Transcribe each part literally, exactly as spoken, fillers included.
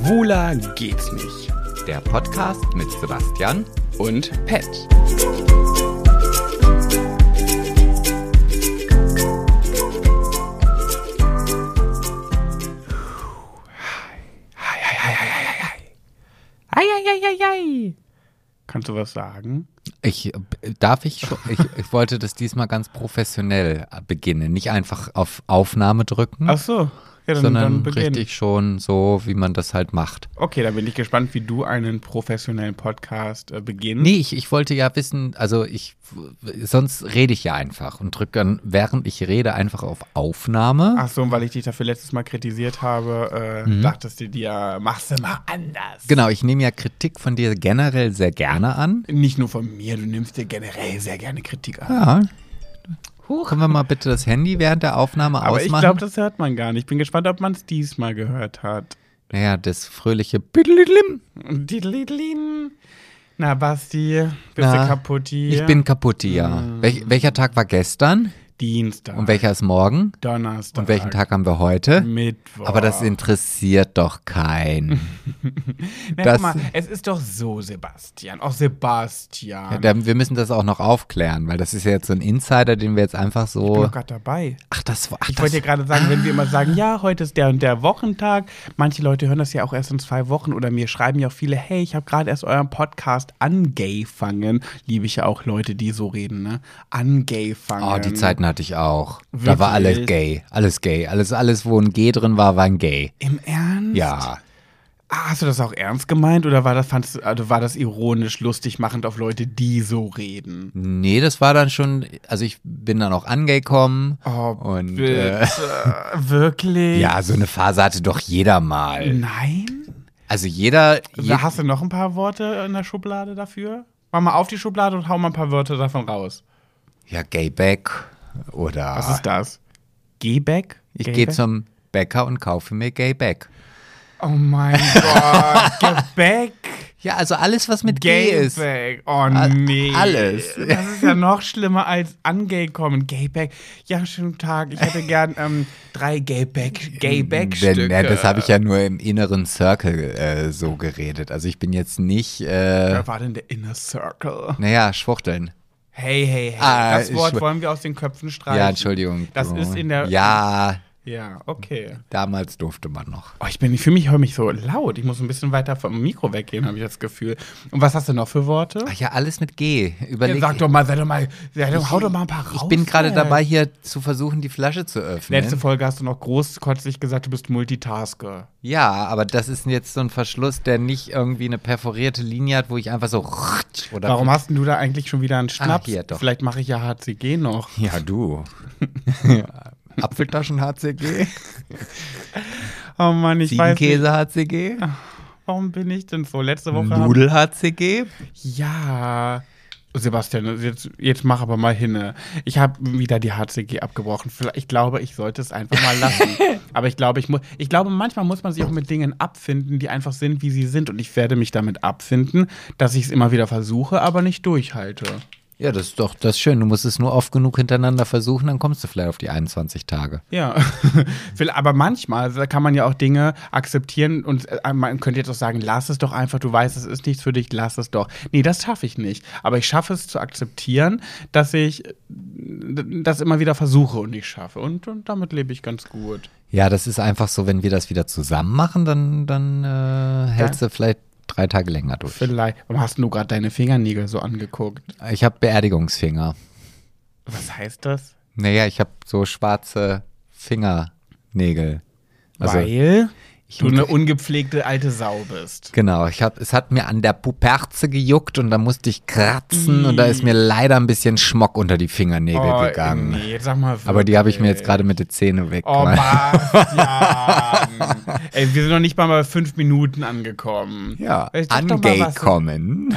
Schwuler geht's nicht. Der Podcast mit Sebastian Und Pet. Hi, hi, hi, hi, hi, hi. Hi, hi, hi, hi, hi. Kannst du was sagen? Ich, darf ich schon, ich, ich wollte das diesmal ganz professionell beginnen, nicht einfach auf Aufnahme drücken, Ach so. Ja, dann, sondern dann beginn. richtig schon so, wie man das halt macht. Okay, dann bin ich gespannt, wie du einen professionellen Podcast äh, beginnst. Nee, ich, ich wollte ja wissen, also ich, sonst rede ich ja einfach und drücke dann, während ich rede, einfach auf Aufnahme. Ach so, und weil ich dich dafür letztes Mal kritisiert habe, äh, Mhm. dachtest du dir, mach's mal anders. Genau, ich nehme ja Kritik von dir generell sehr gerne an. Nicht nur von mir, du nimmst dir generell sehr gerne Kritik an. Ja. Können wir mal bitte das Handy während der Aufnahme Aber ausmachen? ich glaube, das hört man gar nicht. Ich bin gespannt, ob man es diesmal gehört hat. Naja, das fröhliche Biddelidlim. Diddlidlin. Na, Basti, bist Na, du kaputt hier? Ich bin kaputt, ja. Mm. Welch, welcher Tag war gestern? Dienstag. Und welcher ist morgen? Donnerstag. Und welchen Tag haben wir heute? Mittwoch. Aber das interessiert doch keinen. Na, das- guck mal, es ist doch so, Sebastian. Auch Sebastian. Ja, da, wir müssen das auch noch aufklären, weil das ist ja jetzt so ein Insider, den wir jetzt einfach Ich bin so. doch gerade dabei. Ach, das war. Ach, Ich das, wollte ja gerade sagen, wenn wir immer sagen, ja, heute ist der und der Wochentag. Manche Leute hören das ja auch erst in zwei Wochen oder mir schreiben ja auch viele, hey, ich habe gerade erst euren Podcast angefangen. Liebe ich ja auch Leute, die so reden, ne? Angefangen. Oh, die Zeiten hatte ich auch. Da war Wirklich? alles gay. Alles gay. Alles, alles, wo ein G drin war, war ein Gay. Im Ernst? Ja. Ah, hast du das auch ernst gemeint oder war das, fandst, du- also war das ironisch, lustig machend auf Leute, die so reden? Nee, das war dann schon. Also, ich bin dann auch angekommen. Oh, Und, bitte. äh, Wirklich? Ja, so eine Phase hatte doch jeder mal. Nein? Also, jeder. Je, Da hast du noch ein paar Worte in der Schublade dafür? Mach mal auf die Schublade und hau mal ein paar Wörter davon raus. ja, Gayback. Oder. Was ist das? Gehback? Ich Gehback? gehe zum Bäcker und kaufe mir Gayback. Oh mein Gott, Gebäck. Ja, also alles, was mit Gay ist. Gayback. Oh A- nee. alles. Das ist ja noch schlimmer als angay kommen. Gayback. Ja, schönen Tag. Ich hätte gern ähm, drei Gayback, Gayback-Stücke. Denn, ja, das habe ich ja nur im inneren Circle äh, so geredet. Also ich bin jetzt nicht, äh, Wer war denn der Inner Circle? naja, Schwuchteln. Hey, hey, hey. Ah, das Wort ich- wollen wir aus den Köpfen streichen. Ja, Entschuldigung. Das ist in der- Ja, Ja, okay. damals durfte man noch. Oh, ich bin, ich fühle mich, höre mich so laut. Ich muss ein bisschen weiter vom Mikro weggehen, habe ich das Gefühl. Und was hast du noch für Worte? Ach ja, alles mit G. Überleg. Ja, sag doch mal, sei doch mal, sei doch, hau doch mal ein paar raus. ich bin gerade ey. dabei, hier zu versuchen, die Flasche zu öffnen. Letzte Folge hast du noch großkotzig gesagt, du bist Multitasker. Ja, aber das ist jetzt so ein Verschluss, der nicht irgendwie eine perforierte Linie hat, wo ich einfach so. Oder Warum hast denn du da eigentlich schon wieder einen Schnaps? hier, doch. Vielleicht mache ich ja H C G noch. Ja, du. Apfeltaschen H C G, Oh Mann, ich weiß nicht. Ziegenkäse H C G, Warum bin ich denn so? Letzte Woche. hab- Nudel H C G. Ja. Sebastian, jetzt, jetzt mach aber mal hin. Ich habe wieder die H C G abgebrochen. Vielleicht- Ich glaube, ich sollte es einfach mal lassen. Aber ich glaube, ich muss, ich glaube, manchmal muss man sich auch mit Dingen abfinden, die einfach sind, wie sie sind. Und ich werde mich damit abfinden, dass ich es immer wieder versuche, aber nicht durchhalte. Ja, das ist doch das ist schön. Du musst es nur oft genug hintereinander versuchen, dann kommst du vielleicht auf die einundzwanzig Tage. Ja, Will- aber manchmal da kann man ja auch Dinge akzeptieren und äh, man könnte jetzt auch sagen, lass es doch einfach, du weißt, es ist nichts für dich, lass es doch. Nee, das schaffe ich nicht. Aber ich schaffe es zu akzeptieren, dass ich äh, das immer wieder versuche und nicht schaffe. Und, und damit lebe ich ganz gut. Ja, das ist einfach so, wenn wir das wieder zusammen machen, dann, dann äh, hältst du vielleicht drei Tage länger durch. Vielleicht. Warum hast du gerade deine Fingernägel so angeguckt? Ich habe Beerdigungsfinger. Was heißt das? Naja, ich habe so schwarze Fingernägel. Also, Weil ich, du eine ungepflegte alte Sau bist. genau, ich hab, es hat mir an der Puperze gejuckt und da musste ich kratzen Ih. und da ist mir leider ein bisschen Schmock unter die Fingernägel Oh, gegangen. nee, jetzt sag mal Aber die habe ich mir jetzt wirklich. gerade mit den Zähnen weg. Oh, Bastian. Ey, wir sind noch nicht mal bei fünf Minuten angekommen. ja, Ey, sag doch mal was. angekommen.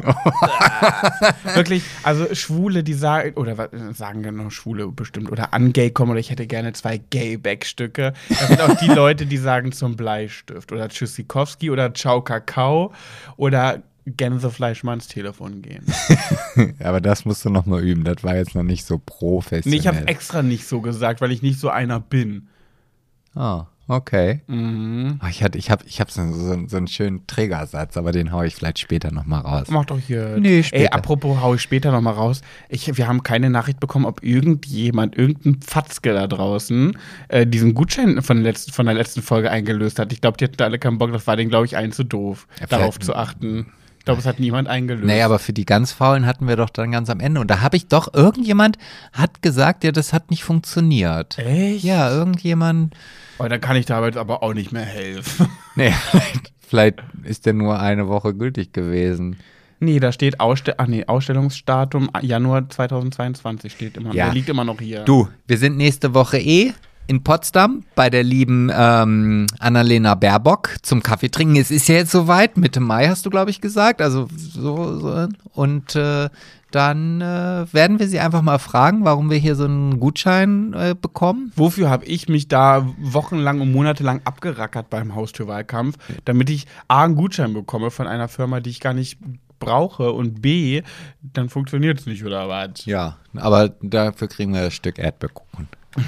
Wirklich, also Schwule, die sagen, oder was, sagen genau Schwule bestimmt, oder angay kommen, oder ich hätte gerne zwei Gay-Back-Stücke. Das sind auch die Leute, die sagen zum Bleistift, oder Tschüssikowski, oder Ciao Kakao, oder Gänsefleischmann ans Telefon gehen. Aber das musst du noch mal üben. Das war jetzt noch nicht so professionell. Nee, ich habe extra nicht so gesagt, weil ich nicht so einer bin. Oh. Okay. Mhm. Oh, ich hatte, ich habe ich hab so, so, so einen schönen Trägersatz, aber den haue ich vielleicht später nochmal raus. Mach doch hier. Nee, später. Ey, apropos, hau ich später nochmal raus. Ich, wir haben keine Nachricht bekommen, ob irgendjemand, irgendein Fatzke da draußen, äh, diesen Gutschein von der, letzten, von der letzten Folge eingelöst hat. Ich glaube, die hatten da alle keinen Bock. Das war denen, glaube ich, allen zu doof, Ja, darauf vielleicht- zu achten. Ich glaube, es hat niemand eingelöst. Nee, aber für die ganz Faulen hatten wir doch dann ganz am Ende. Und da habe ich doch, irgendjemand hat gesagt, ja, das hat nicht funktioniert. Echt? Ja, irgendjemand, Aber dann kann ich da jetzt aber auch nicht mehr helfen. nee, vielleicht, vielleicht ist der nur eine Woche gültig gewesen. Nee, da steht Ausste Ach nee, Ausstellungsdatum Januar zweitausendzweiundzwanzig steht immer. Ja. Der liegt immer noch hier. Du, wir sind nächste Woche eh in Potsdam bei der lieben ähm, Annalena Baerbock zum Kaffee trinken. Es ist ja jetzt soweit, Mitte Mai hast du, glaube ich, gesagt. Also so, so. Und äh, dann äh, werden wir sie einfach mal fragen, warum wir hier so einen Gutschein äh, bekommen. Wofür habe ich mich da wochenlang und monatelang abgerackert beim Haustürwahlkampf, damit ich A, einen Gutschein bekomme von einer Firma, die ich gar nicht brauche und B, dann funktioniert es nicht, oder was? Ja, aber dafür kriegen wir ein Stück Erdbeerkuchen.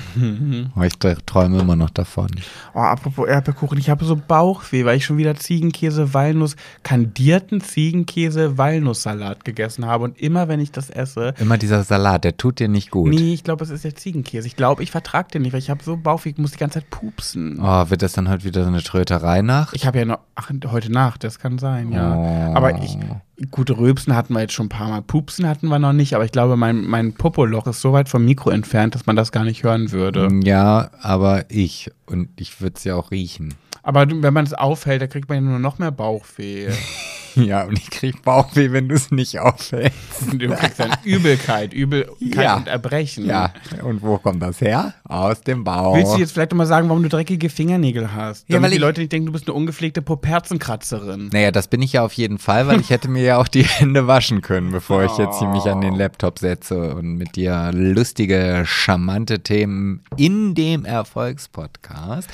Aber ich träume immer noch davon. Oh, apropos Erdbeerkuchen, ich habe so Bauchweh, weil ich schon wieder Ziegenkäse, Walnuss, kandierten Ziegenkäse, Walnusssalat gegessen habe und immer, wenn ich das esse, Immer dieser Salat, der tut dir nicht gut. nee, ich glaube, es ist der Ziegenkäse. Ich glaube, ich vertrage den nicht, weil ich habe so Bauchweh, ich muss die ganze Zeit pupsen. Oh, wird das dann halt wieder so eine Tröterei nach? Ich habe ja noch, ach, heute Nacht, das kann sein, ja. Oh. Aber ich, gut, Rülpsen hatten wir jetzt schon ein paar Mal, Pupsen hatten wir noch nicht, aber ich glaube, mein, mein Popoloch ist so weit vom Mikro entfernt, dass man das gar nicht hören würde. Ja, aber ich. Und ich würde es ja auch riechen. Aber du- wenn man es aufhält, da kriegt man ja nur noch mehr Bauchweh. Ja, und ich krieg Bauchweh, wenn du es nicht aufhältst. Du kriegst dann Übelkeit, Übelkeit Ja. und Erbrechen. Ja, und wo kommt das her? Aus dem Bauch. Willst du jetzt vielleicht mal sagen, warum du dreckige Fingernägel hast? Ja, Damit weil die ich- Leute nicht denken, du bist eine ungepflegte Poperzenkratzerin. Naja, das bin ich ja auf jeden Fall, weil ich hätte mir ja auch die Hände waschen können, bevor ich jetzt hier mich an den Laptop setze und mit dir lustige, charmante Themen in dem Erfolgspodcast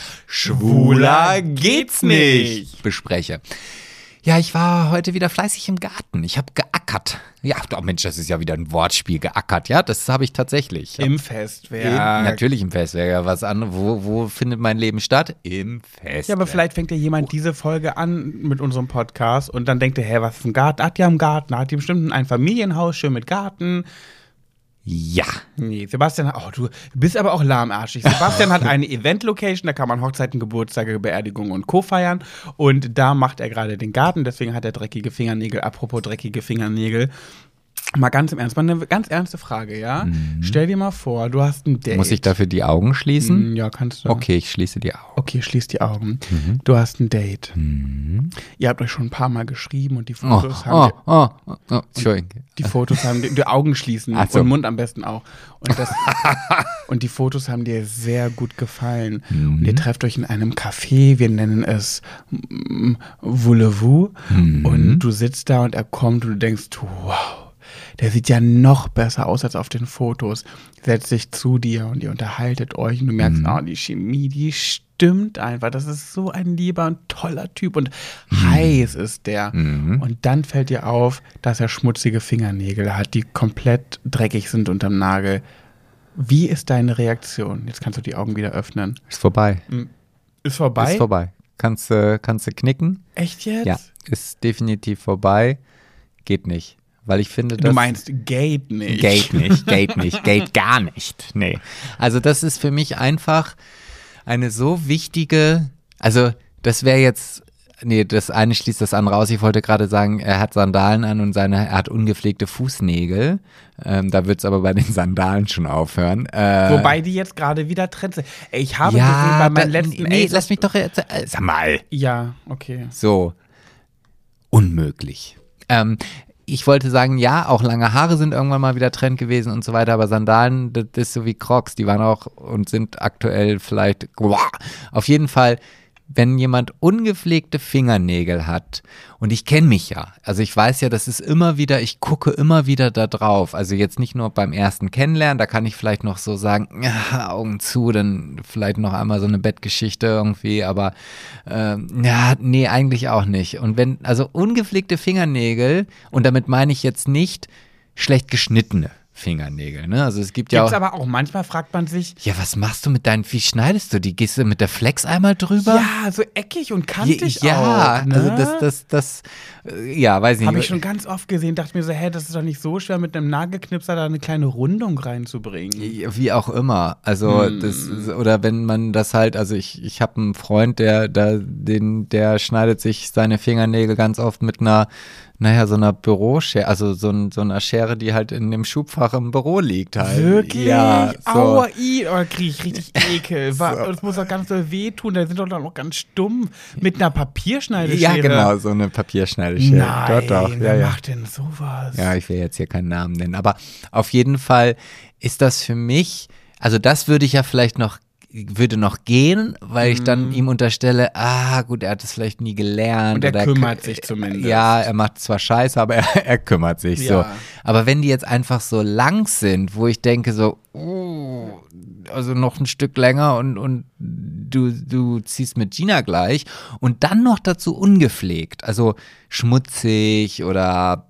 Schwuler geht's nicht bespreche. Ja, ich war heute wieder fleißig im Garten. Ich habe geackert. Ja, doch Mensch, das ist ja wieder ein Wortspiel, geackert. Ja, das habe ich tatsächlich. Im In, Festwerk. natürlich im Festwerk. Ja, was anderes. Wo, wo findet mein Leben statt? Im Festwerk. Ja, aber vielleicht fängt ja jemand diese Folge an mit unserem Podcast und dann denkt er, hä, was ist ein Garten? Hat die haben einen Garten, hat die bestimmt ein Familienhaus, schön mit Garten. Ja. Nee, Sebastian, oh, du bist aber auch lahmarschig. Sebastian hat eine Event-Location, da kann man Hochzeiten, Geburtstage, Beerdigungen und Co. feiern. Und da macht er gerade den Garten, deswegen hat er dreckige Fingernägel. Apropos dreckige Fingernägel. Mal ganz im Ernst, mal eine ganz ernste Frage, ja? Mhm. Stell dir mal vor, du hast ein Date. Muss ich dafür die Augen schließen? Mm, Ja, kannst du. Okay, ich schließe die Augen. Okay, schließ die Augen. Mhm. Du hast ein Date. Ihr habt euch schon ein paar Mal geschrieben und die Oh, Fotos haben oh, dir, oh, oh, oh, Entschuldigung. die Fotos haben dir, die Augen schließen Ach so. und Mund am besten auch. Und, das, und die Fotos haben dir sehr gut gefallen. Mhm. Und ihr trefft euch in einem Café, wir nennen es mm, Voulez-vous. Mhm. Und du sitzt da und er kommt und du denkst, wow, der sieht ja noch besser aus als auf den Fotos. Setzt sich zu dir und ihr unterhaltet euch und du merkst, Mhm. oh, die Chemie, die stimmt einfach. Das ist so ein lieber und toller Typ und heiß ist der. Mhm. Und dann fällt dir auf, dass er schmutzige Fingernägel hat, die komplett dreckig sind unterm Nagel. Wie ist deine Reaktion? Jetzt kannst du die Augen wieder öffnen. Ist vorbei. Ist vorbei? Ist vorbei. Kannst du kannst du knicken? Echt jetzt? Ja, ist definitiv vorbei. Geht nicht. Weil ich finde, das Du meinst Gate nicht. Geht nicht, geht nicht, geht gar nicht. Nee. Also das ist für mich einfach eine so wichtige, also das wäre jetzt, nee, das eine schließt das andere aus. Ich wollte gerade sagen, er hat Sandalen an und seine, er hat ungepflegte Fußnägel. Ähm, da wird es aber bei den Sandalen schon aufhören. Äh, Wobei die jetzt gerade wieder Trend sind. Ey, Ich habe ja, gesehen bei meinen da, letzten nee, Ace- lass mich doch jetzt, äh, sag mal. Ja, okay. So, unmöglich. Ähm, ich wollte sagen, ja, auch lange Haare sind irgendwann mal wieder Trend gewesen und so weiter, aber Sandalen, das ist so wie Crocs, die waren auch und sind aktuell vielleicht, auf jeden Fall, wenn jemand ungepflegte Fingernägel hat, und ich kenne mich ja, also ich weiß ja, das ist immer wieder, ich gucke immer wieder da drauf, also jetzt nicht nur beim ersten Kennenlernen, da kann ich vielleicht noch so sagen, ja, Augen zu, dann vielleicht noch einmal so eine Bettgeschichte irgendwie, aber ähm, ja, nee, eigentlich auch nicht. Und wenn, also ungepflegte Fingernägel, und damit meine ich jetzt nicht schlecht geschnittene Fingernägel, ne? Also es gibt ja Gibt's auch, aber auch, manchmal fragt man sich, ja, was machst du mit deinen, wie schneidest du die? Gehst du mit der Flex einmal drüber? ja, so eckig und kantig ja, auch. Ne? also das, das, das, äh, ja, weiß ich nicht. Habe ich schon ganz oft gesehen, dachte mir so, hä, das ist doch nicht so schwer, mit einem Nagelknipser da eine kleine Rundung reinzubringen. Wie auch immer. Also Hm. das oder wenn man das halt, also ich, ich habe einen Freund, der da den der schneidet sich seine Fingernägel ganz oft mit einer, naja, so einer Büroschere, also so, ein, so einer Schere, die halt in dem Schubfach im Büro liegt halt. Wirklich? Ja, so. Aua, i, oh, da kriege ich richtig Ekel. Wa- Das muss doch ganz so wehtun, da sind doch dann auch ganz stumm mit einer Papierschneideschere. Ja, genau, so eine Papierschneideschere. Nein, Doch, doch. Ja, wer ja. macht denn sowas? Ja, ich will jetzt hier keinen Namen nennen, aber auf jeden Fall ist das für mich, also das würde ich ja vielleicht noch, würde noch gehen, weil ich dann ihm unterstelle, ah gut, er hat es vielleicht nie gelernt. Und er oder kümmert sich zumindest. Ja, er macht zwar Scheiße, aber er, er kümmert sich so. Ja. Aber wenn die jetzt einfach so lang sind, wo ich denke so, oh, also noch ein Stück länger und, und du, du ziehst mit Gina gleich und dann noch dazu ungepflegt, also schmutzig oder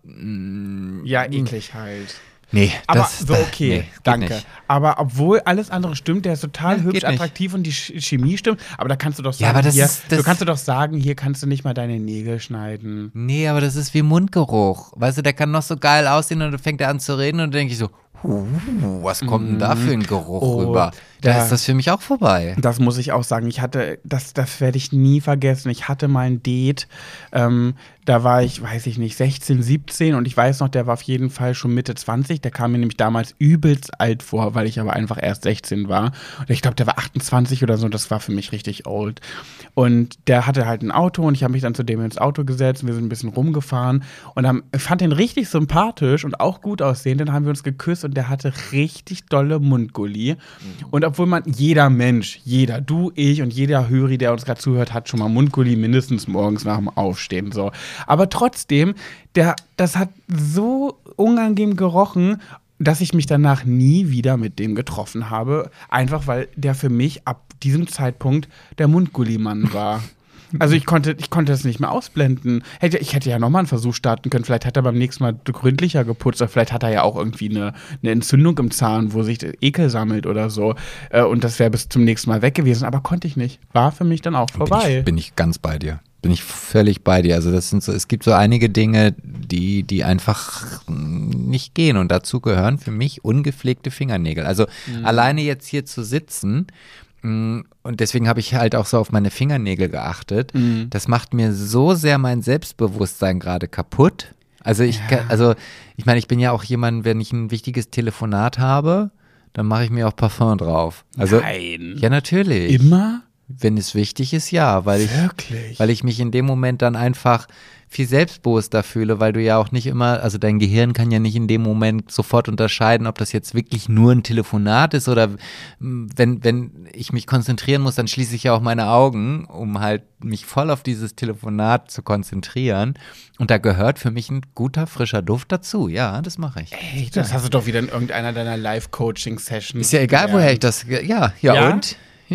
mh, Ja, eklig halt. nee, Aber das, so, okay, nee, geht danke. nicht. Aber obwohl alles andere stimmt, der ist total Ja, hübsch, geht nicht. attraktiv und die Ch- Chemie stimmt, aber da kannst du doch sagen, Ja, aber das hier, ist- das- du kannst du doch sagen, hier kannst du nicht mal deine Nägel schneiden. Nee, aber das ist wie Mundgeruch. Weißt du, der kann noch so geil aussehen und dann fängt er an zu reden und dann denke ich so, huh, was kommt denn da für ein Geruch Oh, rüber? Da ja. ist das für mich auch vorbei. Das muss ich auch sagen. Ich hatte, das, das werde ich nie vergessen. Ich hatte mal ein Date, ähm, da war ich, weiß ich nicht, sechzehn, siebzehn und ich weiß noch, der war auf jeden Fall schon Mitte zwanzig. Der kam mir nämlich damals übelst alt vor, weil ich aber einfach erst sechzehn war. Und ich glaube, der war achtundzwanzig oder so. Das war für mich richtig old. Und der hatte halt ein Auto und ich habe mich dann zu dem ins Auto gesetzt und wir sind ein bisschen rumgefahren und haben, ich fand den richtig sympathisch und auch gut aussehend. Dann haben wir uns geküsst und der hatte richtig dolle Mundgulli. Und obwohl man, jeder Mensch, jeder, du, ich und jeder Höri, der uns gerade zuhört, hat schon mal Mundgulli mindestens morgens nach dem Aufstehen. So. Aber trotzdem, der, das hat so unangenehm gerochen, dass ich mich danach nie wieder mit dem getroffen habe. Einfach weil der für mich ab diesem Zeitpunkt der Mundgulli-Mann war. Also ich konnte, ich konnte das nicht mehr ausblenden. Hätte, ich hätte ja nochmal einen Versuch starten können. Vielleicht hat er beim nächsten Mal gründlicher geputzt. Oder vielleicht hat er ja auch irgendwie eine, eine Entzündung im Zahn, wo sich Ekel sammelt oder so. Äh, Und das wäre bis zum nächsten Mal weg gewesen. Aber konnte ich nicht. War für mich dann auch vorbei. Bin ich, bin ich ganz bei dir. Bin ich völlig bei dir. Also das sind so, es gibt so einige Dinge, die, die einfach nicht gehen. Und dazu gehören für mich ungepflegte Fingernägel. Also Mhm. alleine jetzt hier zu sitzen, mh, und deswegen habe ich halt auch so auf meine Fingernägel geachtet. Mhm. Das macht mir so sehr mein Selbstbewusstsein gerade kaputt. Also ich, Ja. also ich meine, ich bin ja auch jemand, wenn ich ein wichtiges Telefonat habe, dann mache ich mir auch Parfum drauf. Also Nein. ja, natürlich. Immer? Wenn es wichtig ist, ja, weil ich, Wirklich? weil ich mich in dem Moment dann einfach viel selbstbewusster fühle, weil du ja auch nicht immer, also dein Gehirn kann ja nicht in dem Moment sofort unterscheiden, ob das jetzt wirklich nur ein Telefonat ist oder mh, wenn, wenn ich mich konzentrieren muss, dann schließe ich ja auch meine Augen, um halt mich voll auf dieses Telefonat zu konzentrieren. Und da gehört für mich ein guter, frischer Duft dazu. Ja, das mache ich. Echt? Das hast du doch wieder in irgendeiner deiner Live-Coaching-Sessions. Ist ja egal, gelernt. woher ich das, ja, ja, Ja? und?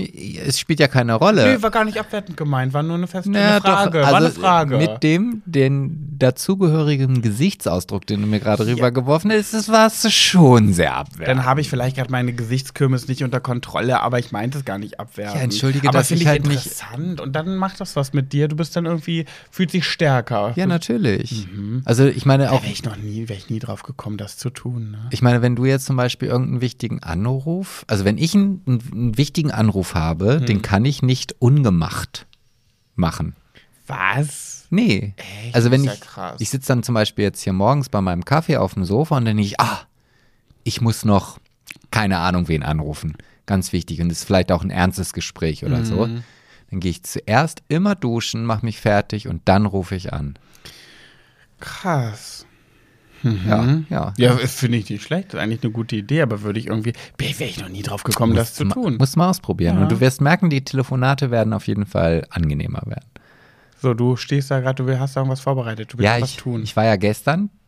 Es spielt ja keine Rolle. Nee, war gar nicht abwertend gemeint, war nur eine feste Naja, Frage. doch, war also eine Frage. mit dem, den dazugehörigen Gesichtsausdruck, den du mir gerade rübergeworfen hast, das war es schon sehr abwertend. Dann habe ich vielleicht gerade meine Gesichtskürmis nicht unter Kontrolle, aber ich meinte es gar nicht abwertend. Ja, entschuldige, aber dass finde ich ich halt nicht- interessant und dann macht das was mit dir. Du bist dann irgendwie, fühlt sich stärker. Ja, natürlich. Also ich meine Da auch, wäre ich noch nie, wäre ich nie drauf gekommen, das zu tun. Ne? ich meine, wenn du jetzt zum Beispiel irgendeinen wichtigen Anruf, also wenn ich einen, einen wichtigen Anruf habe, Hm. den kann ich nicht ungemacht machen. Was? Nee. Echt? Also wenn Das ist ich, ja krass. ich sitze dann zum Beispiel jetzt hier morgens bei meinem Kaffee auf dem Sofa und dann denke ich, ah, ich muss noch, keine Ahnung, wen anrufen. Ganz wichtig. Und das ist vielleicht auch ein ernstes Gespräch oder Mhm. so. Dann gehe ich zuerst immer duschen, mache mich fertig und dann rufe ich an. Krass. Ja, ja. Ja, finde ich nicht schlecht. Das ist eigentlich eine gute Idee, aber würde ich irgendwie, wäre ich noch nie drauf gekommen, das zu Ma- tun. Musst mal ausprobieren. Ja. Und du wirst merken, die Telefonate werden auf jeden Fall angenehmer werden. So, du stehst da gerade, du hast da irgendwas vorbereitet, du willst Ja, was ich, tun. ich war ja gestern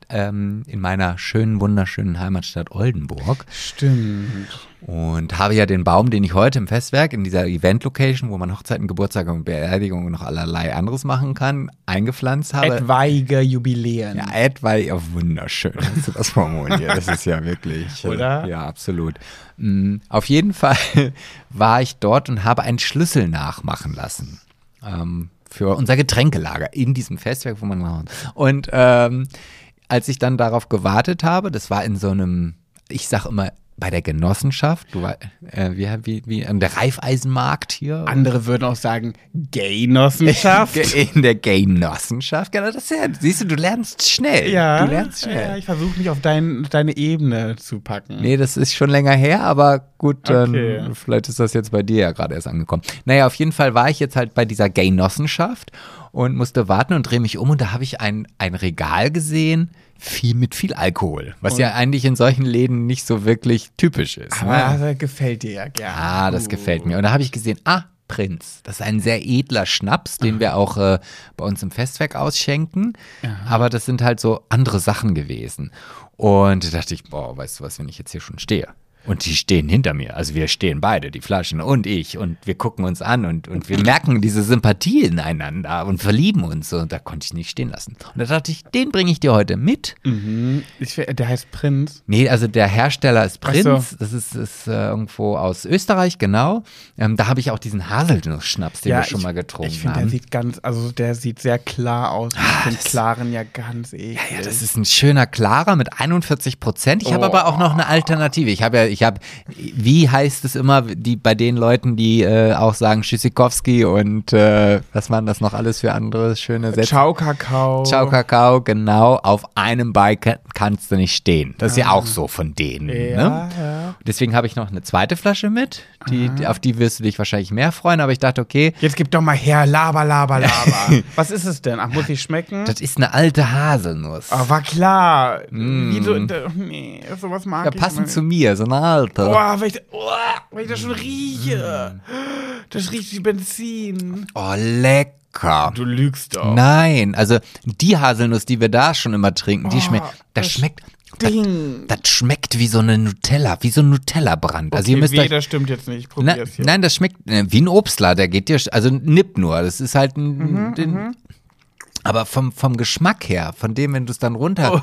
ähm, in meiner schönen, wunderschönen Heimatstadt Oldenburg. Stimmt. Und habe ja den Baum, den ich heute im Festwerk, in dieser Event-Location, wo man Hochzeiten, Geburtstage und Beerdigungen und noch allerlei anderes machen kann, eingepflanzt habe. Etwaige Jubiläen. Ja, etwaige, oh, wunderschön hast du das formuliert. Das ist ja wirklich. Oder? Ja, absolut. Mhm. Auf jeden Fall war ich dort und habe einen Schlüssel nachmachen lassen. Ähm, für unser Getränkelager in diesem Festwerk, wo man. Und ähm, als ich dann darauf gewartet habe, das war in so einem, ich sag immer, bei der Genossenschaft, du war, äh, wie, wie, wie, an der Raiffeisenmarkt hier. Andere würden auch sagen, Gay-Nossenschaft. In der Gay-Nossenschaft, genau, das ist ja, siehst du, du lernst schnell. Ja, du lernst schnell. Ja, ich versuche mich auf dein, deine Ebene zu packen. Nee, das ist schon länger her, aber gut, dann Okay. vielleicht ist das jetzt bei dir ja gerade erst angekommen. Naja, auf jeden Fall war ich jetzt halt bei dieser Gay-Nossenschaft und musste warten und drehe mich um und da habe ich ein, ein Regal gesehen, viel mit viel Alkohol, was Und- ja eigentlich in solchen Läden nicht so wirklich typisch ist. Aber ne? das gefällt dir ja gerne. Ah, das Uh. gefällt mir. Und da habe ich gesehen, ah, Prinz. Das ist ein sehr edler Schnaps, den wir auch äh, bei uns im Festwerk ausschenken. Aber das sind halt so andere Sachen gewesen. Und da dachte ich, boah, weißt du was, wenn ich jetzt hier schon stehe. Und die stehen hinter mir. Also wir stehen beide, die Flaschen und ich. Und wir gucken uns an und, und wir merken diese Sympathie ineinander und verlieben uns. Und da konnte ich nicht stehen lassen. Und da dachte ich, den bringe ich dir heute mit. Mhm. Ich, der heißt Prinz. Nee, also der Hersteller ist Ach Prinz. so. Das ist, ist äh, irgendwo aus Österreich, genau. Ähm, da habe ich auch diesen Haselnuss-Schnaps, den wir schon ich, mal getrunken Ich finde, der haben. sieht ganz, also der sieht sehr klar aus. Ich finde das- klaren ja ganz eklig. Ja, das ist ein schöner Klarer mit einundvierzig Prozent. Ich habe Oh. aber auch noch eine Alternative. Ich habe ja, ich habe, wie heißt es immer, die bei den Leuten, die äh, auch sagen Tschüssikowski und äh, was waren das noch alles für andere schöne Sätze? Ciao Kakao. Ciao Kakao, genau. Auf einem Bike kannst du nicht stehen. Das ist ja auch so von denen. Ja, Ne? ja. Deswegen habe ich noch eine zweite Flasche mit. Die, die, auf die wirst du dich wahrscheinlich mehr freuen. Aber ich dachte, okay, Jetzt gib doch mal her, laber, laber, laber. Was ist es denn? Ach, muss ich schmecken? das ist eine alte Haselnuss. Oh, war klar. Wieso? da- Nee, sowas mag Ja, ich passend immer zu mir, so eine alte. Oh, wenn ich, oh, wenn ich das schon rieche. Das riecht wie Benzin. Oh, lecker. Du lügst doch. Nein, also die Haselnuss, die wir da schon immer trinken, die Oh, schmeckt, das das schmeckt, das, Ding. das schmeckt wie so eine Nutella, wie so ein Nutella-Brand. Also ihr Okay, müsst weh, euch, das stimmt jetzt nicht. Ich na, probier's hier. nein, das schmeckt äh, wie ein Obstler, der geht dir, also nipp nur, das ist halt ein, Mhm, den, aber vom, vom Geschmack her, von dem, wenn du es dann runter,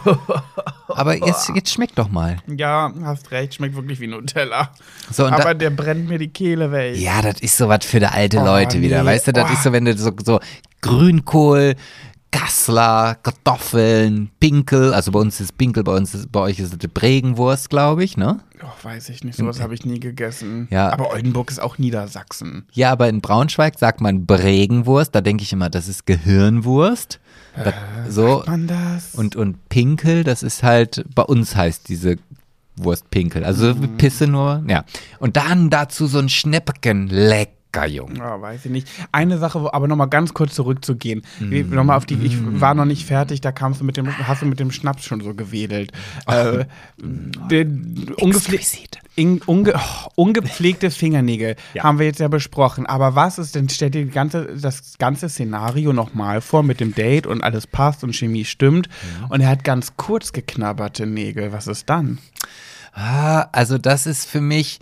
aber jetzt, jetzt schmeckt doch mal. Ja, hast recht, schmeckt wirklich wie Nutella. So, und Aber da, der brennt mir die Kehle weg. ja, das ist so was für die alte Oh, Leute wieder, nee. weißt du, das Oh. ist so, wenn du so, so Grünkohl, Gassler, Kartoffeln, Pinkel, also bei uns ist Pinkel, bei uns ist, bei euch ist es die Bregenwurst, glaube ich, ne? Oh, weiß ich nicht, sowas habe ich nie gegessen. Ja. Aber Oldenburg ist auch Niedersachsen. Ja, aber in Braunschweig sagt man Bregenwurst, da denke ich immer, das ist Gehirnwurst. Das, so, Man das? und, und Pinkel, das ist halt, bei uns heißt diese Wurst Pinkel, also Pisse nur, ja. Und dann dazu so ein Schnäppchen, lecker, Junge. Ja, weiß ich nicht. Eine Sache, wo- aber nochmal ganz kurz zurückzugehen. Mm. Nochmal auf die, ich war noch nicht fertig, da kamst du mit dem, hast du mit dem Schnaps schon so gewedelt. Äh, den, ungepfle Exquisit. in, unge oh, ungepflegte Fingernägel haben wir jetzt ja besprochen. Aber was ist denn, stell dir die ganze, das ganze Szenario nochmal vor mit dem Date und alles passt und Chemie stimmt und er hat ganz kurz geknabberte Nägel. Was ist dann? Ah, also das ist für mich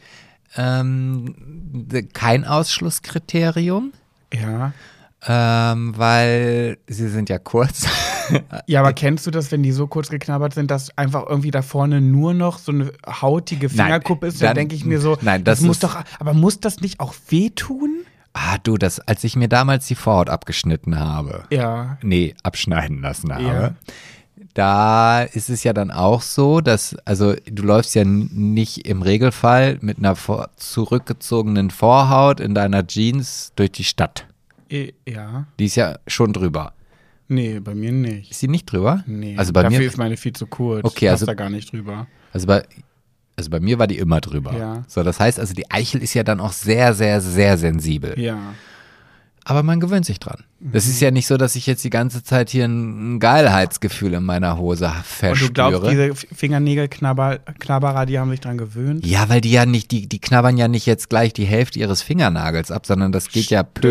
ähm, kein Ausschlusskriterium, Ja. ähm, weil sie sind ja kurz. Ja, aber kennst du das, wenn die so kurz geknabbert sind, dass einfach irgendwie da vorne nur noch so eine hautige Fingerkuppe ist? Dann, dann- denke ich mir so, nein, das muss ist- doch, aber muss das nicht auch wehtun? Ah, du, das, als ich mir damals die Vorhaut abgeschnitten habe, Ja. nee, abschneiden lassen habe, Ja. da ist es ja dann auch so, dass, also du läufst ja n- nicht im Regelfall mit einer vor zurückgezogenen Vorhaut in deiner Jeans durch die Stadt. I- Ja. Die ist ja schon drüber. Nee, bei mir nicht. Ist sie nicht drüber? Nee. Also bei Dafür mir, ist meine viel zu kurz. Okay, Passt also- da gar nicht drüber. also bei, also bei mir war die immer drüber. Ja. So, das heißt also, die Eichel ist ja dann auch sehr, sehr, sehr sensibel. Ja. Aber man gewöhnt sich dran. Das ist ja nicht so, dass ich jetzt die ganze Zeit hier ein Geilheitsgefühl in meiner Hose Und verspüre. du glaubst, diese F- Fingernägel-Knabberer, die haben sich dran gewöhnt? Ja, weil die ja nicht, die, die knabbern ja nicht jetzt gleich die Hälfte ihres Fingernagels ab, sondern das geht ja peu à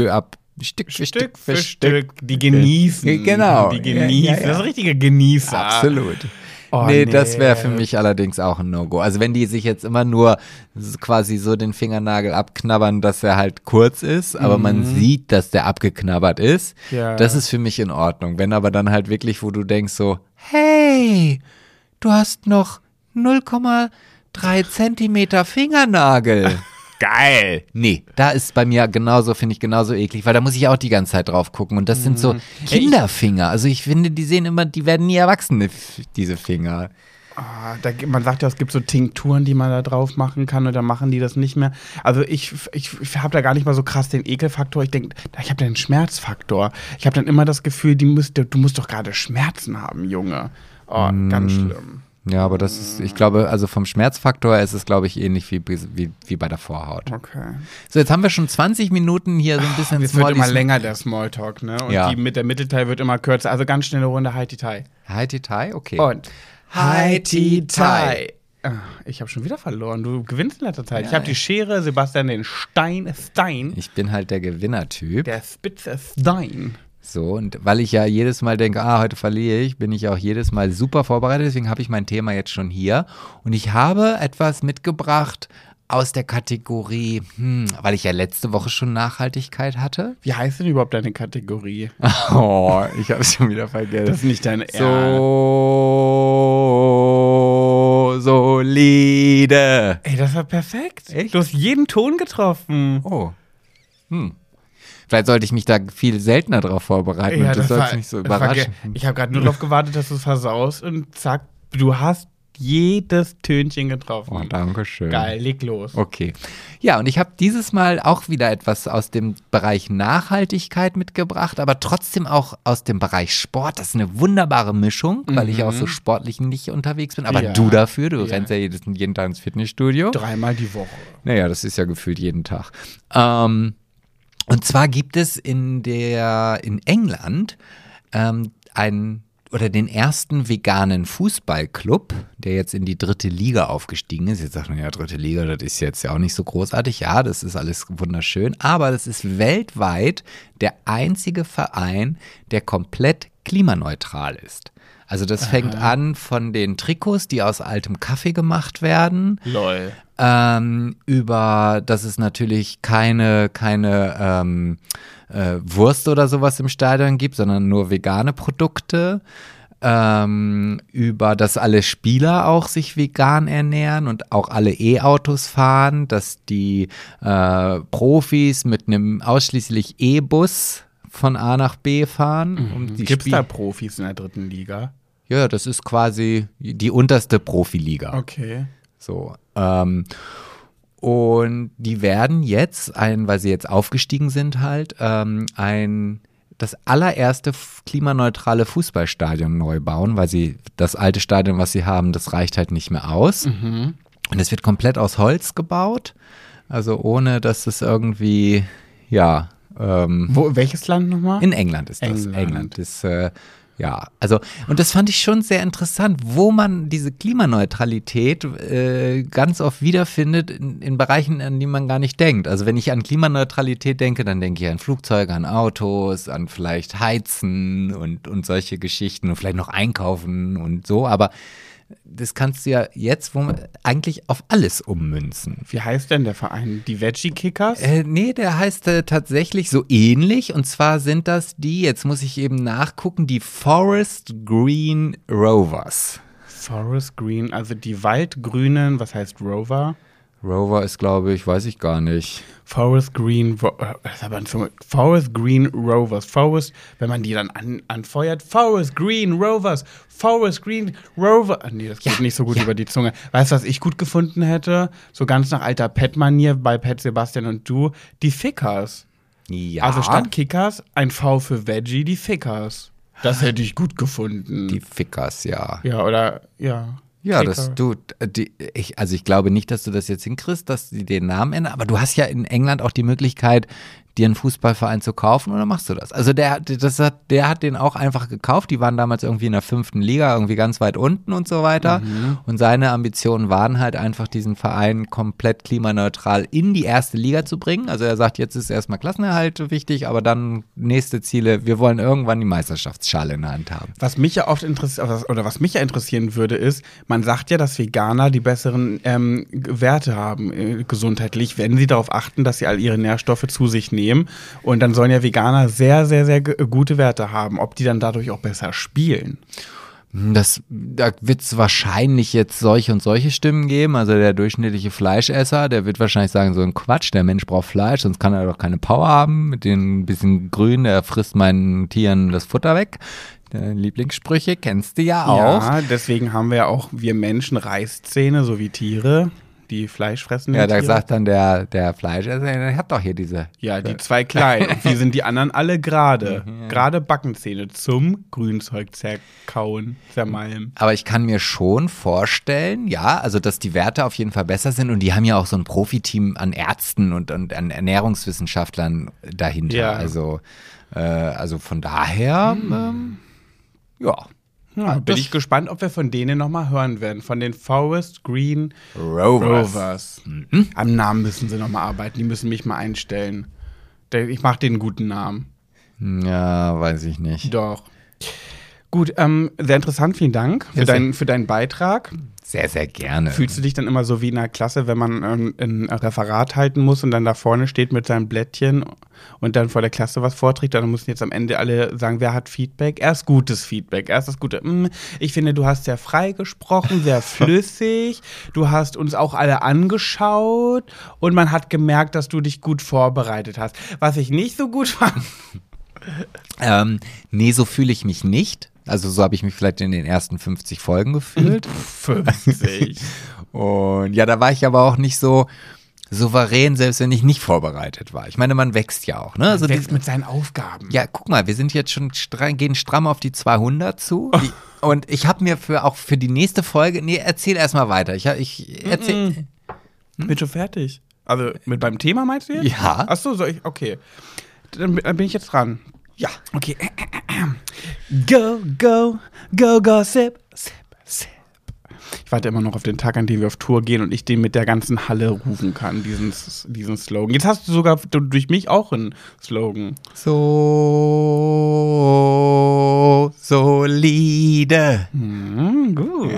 Stück für Stück Stück für Stück. Die genießen. Genau. Die genießen. Ja, ja, ja. Das ist richtige Genießer. Absolut. Oh, nee, nee, das wäre für mich allerdings auch ein No-Go. Also wenn die sich jetzt immer nur s- quasi so den Fingernagel abknabbern, dass er halt kurz ist, aber Mhm. man sieht, dass der abgeknabbert ist, Ja. das ist für mich in Ordnung. Wenn aber dann halt wirklich, wo du denkst so, hey, du hast noch null Komma drei Zentimeter Fingernagel. Geil. Nee, da ist bei mir genauso, finde ich genauso eklig, weil da muss ich auch die ganze Zeit drauf gucken und das sind so Kinderfinger. Also ich finde, die sehen immer, die werden nie erwachsen, diese Finger. Ah, da, gibt- man sagt ja, es gibt so Tinkturen, die man da drauf machen kann und dann machen die das nicht mehr. Also ich, ich, ich habe da gar nicht mal so krass den Ekelfaktor. Ich denke, ich habe den Schmerzfaktor. Ich habe dann immer das Gefühl, die müsst, du musst doch gerade Schmerzen haben, Junge. Oh, ganz schlimm. Ja, aber das ist, ich glaube, also vom Schmerzfaktor her ist es, glaube ich, ähnlich wie, wie, wie bei der Vorhaut. Okay. So, jetzt haben wir schon zwanzig Minuten hier so ein bisschen Es wird immer Smallys- länger, der Smalltalk, ne? Und Ja. die, mit der Mittelteil wird immer kürzer. Also ganz schnelle Runde, Haiti-Tai. Haiti-Tai, okay. Und Haiti-Tai. Ah, ich habe schon wieder verloren. Du gewinnst in letzter Zeit. Ja, ich habe die ey. Schere, Sebastian den Stein, Stein. Ich bin halt der Gewinnertyp. Der spitze Stein. So, und weil ich ja jedes Mal denke, ah, heute verliere ich, bin ich auch jedes Mal super vorbereitet. Deswegen habe ich mein Thema jetzt schon hier. Und ich habe etwas mitgebracht aus der Kategorie, hm, weil ich ja letzte Woche schon Nachhaltigkeit hatte. Wie heißt denn überhaupt deine Kategorie? Oh, ich habe es schon wieder vergessen. Das ist nicht deine So solide. Ey, das war perfekt. Echt? Du hast jeden Ton getroffen. Oh. Hm. Vielleicht sollte ich mich da viel seltener drauf vorbereiten und du sollst mich so das war überraschen. ge- Ich habe gerade nur darauf gewartet, dass du es versaust und zack, du hast jedes Tönchen getroffen. Oh, danke schön. Geil, leg los. Okay. Ja, und ich habe dieses Mal auch wieder etwas aus dem Bereich Nachhaltigkeit mitgebracht, aber trotzdem auch aus dem Bereich Sport. Das ist eine wunderbare Mischung, weil ich auch so sportlich nicht unterwegs bin. Aber Ja. du dafür, du Ja. rennst ja jedes, jeden Tag ins Fitnessstudio. Dreimal die Woche. Naja, das ist ja gefühlt jeden Tag. Ähm, und zwar gibt es in der in England ähm, einen oder den ersten veganen Fußballclub, der jetzt in die dritte Liga aufgestiegen ist. Jetzt sagt man ja, dritte Liga, das ist jetzt ja auch nicht so großartig. Ja, das ist alles wunderschön, aber das ist weltweit der einzige Verein, der komplett klimaneutral ist. Also das fängt an von den Trikots, die aus altem Kaffee gemacht werden, Lol. ähm, über, dass es natürlich keine, keine ähm, äh, Wurst oder sowas im Stadion gibt, sondern nur vegane Produkte. Ähm, über, dass alle Spieler auch sich vegan ernähren und auch alle E-Autos fahren, dass die äh, Profis mit einem ausschließlich E-Bus von A nach B fahren. Um die Gibt es Spiel- da Profis in der dritten Liga? Ja, das ist quasi die unterste Profiliga. Okay. So. Ähm, und die werden jetzt, ein, weil sie jetzt aufgestiegen sind halt, ähm, ein das allererste f- klimaneutrale Fußballstadion neu bauen, weil sie das alte Stadion, was sie haben, das reicht halt nicht mehr aus. Und es wird komplett aus Holz gebaut, also ohne, dass es irgendwie, ja, ähm, Wo, welches Land nochmal? in England ist das. England. England ist, äh, ja, also, und das fand ich schon sehr interessant, wo man diese Klimaneutralität äh, ganz oft wiederfindet in, in Bereichen, an die man gar nicht denkt. Also, wenn ich an Klimaneutralität denke, dann denke ich an Flugzeuge, an Autos, an vielleicht Heizen und, und solche Geschichten und vielleicht noch Einkaufen und so, aber das kannst du ja jetzt wo man, eigentlich auf alles ummünzen. Wie heißt denn der Verein? Die Veggie Kickers? Äh, nee, der heißt äh, tatsächlich so ähnlich. Und zwar sind das die, jetzt muss ich eben nachgucken, die Forest Green Rovers. Forest Green, also die Waldgrünen, was heißt Rover? Rover ist, glaube ich, weiß ich gar nicht. Forest Green, Ro äh, das ist aber ein Zunge. Forest Green Rovers. Forest, wenn man die dann an, anfeuert, Forest Green Rovers, Forest Green Rover. Ah, nee, das geht Ja, nicht so gut ja. über die Zunge. Weißt du, was ich gut gefunden hätte? So ganz nach alter Pet-Manier bei Pet Sebastian und du, die Fickers. Ja, Also statt Kickers ein V für Veggie, die Fickers. Das hätte ich gut gefunden. die Fickers, ja. ja, oder, ja. Ja, Kicker. das du, die, ich, also ich glaube nicht, dass du das jetzt hinkriegst, dass sie den Namen ändern, aber du hast ja in England auch die Möglichkeit, dir einen Fußballverein zu kaufen oder machst du das? Also der, das hat, der hat den auch einfach gekauft. Die waren damals irgendwie in der fünften Liga, irgendwie ganz weit unten und so weiter. Mhm. Und seine Ambitionen waren halt einfach, diesen Verein komplett klimaneutral in die erste Liga zu bringen. Also er sagt, jetzt ist erstmal Klassenerhalt wichtig, aber dann nächste Ziele, wir wollen irgendwann die Meisterschaftsschale in der Hand haben. Was mich ja oft interessiert, oder was mich ja interessieren würde, ist, man sagt ja, dass Veganer die besseren ähm, Werte haben, äh, gesundheitlich, wenn sie darauf achten, dass sie all ihre Nährstoffe zu sich nehmen. Und dann sollen ja Veganer sehr, sehr, sehr g- gute Werte haben. Ob die dann dadurch auch besser spielen? Das, da wird es wahrscheinlich jetzt solche und solche Stimmen geben. Also der durchschnittliche Fleischesser, der wird wahrscheinlich sagen, so ein Quatsch, der Mensch braucht Fleisch, sonst kann er doch keine Power haben. Mit den bisschen Grün, der frisst meinen Tieren das Futter weg. Deine Lieblingssprüche kennst du ja auch. Ja, deswegen haben wir ja auch, wir Menschen, Reißzähne, so wie Tiere. Die fleischfressenden Ja, da Tiere. sagt dann der, der Fleischesser, ich hab doch hier diese. Ja, die zwei kleinen. Und wie sind die anderen alle gerade? Gerade Backenzähne zum Grünzeug zerkauen, zermalmen. Aber ich kann mir schon vorstellen, ja, also dass die Werte auf jeden Fall besser sind und die haben ja auch so ein Profiteam an Ärzten und, und an Ernährungswissenschaftlern dahinter. Ja. Also, äh, also von daher, Hm. ähm, ja. Ja, bin ich gespannt, ob wir von denen nochmal hören werden. Von den Forest Green Rovers. Rovers. Am Namen müssen sie nochmal arbeiten. Die müssen mich mal einstellen. Der- Ich mache den guten Namen. Ja, weiß ich nicht. Doch. Gut, ähm, sehr interessant. Vielen Dank für, Ja, sehr- deinen, für deinen Beitrag. Sehr, sehr gerne. Fühlst du dich dann immer so wie in der Klasse, wenn man ähm, ein Referat halten muss und dann da vorne steht mit seinem Blättchen und dann vor der Klasse was vorträgt, dann müssen jetzt am Ende alle sagen, wer hat Feedback? Erst gutes Feedback, erst das Gute. Mm, ich finde, du hast sehr frei gesprochen, sehr flüssig, du hast uns auch alle angeschaut und man hat gemerkt, dass du dich gut vorbereitet hast. Was ich nicht so gut fand. Ähm, nee, so fühle ich mich nicht. Also so habe ich mich vielleicht in den ersten fünfzig Folgen gefühlt. fünfzig. Und ja, da war ich aber auch nicht so souverän, selbst wenn ich nicht vorbereitet war. Ich meine, man wächst ja auch, ne? Also Wächst die, mit seinen Aufgaben. ja, guck mal, wir sind jetzt schon stra- gehen stramm auf die zweihundert zu. Die, und ich habe mir für auch für die nächste Folge, nee, erzähl erstmal weiter. Ich, ich erzähl. Bin schon fertig. Also mit beim Thema meinst du jetzt? Ja. Ach so, soll ich? Okay. Dann dann bin ich jetzt dran. Ja. Okay. Go, go, go, gossip. Sip, sip. Ich warte immer noch auf den Tag, an dem wir auf Tour gehen und ich den mit der ganzen Halle rufen kann, diesen, diesen Slogan. Jetzt hast du sogar durch mich auch einen Slogan. So solide. Hm, gut.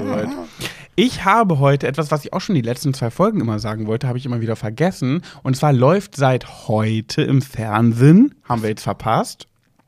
Ich habe heute etwas, was ich auch schon die letzten zwei Folgen immer sagen wollte, habe ich immer wieder vergessen. Und zwar läuft seit heute im Fernsehen, haben wir jetzt verpasst.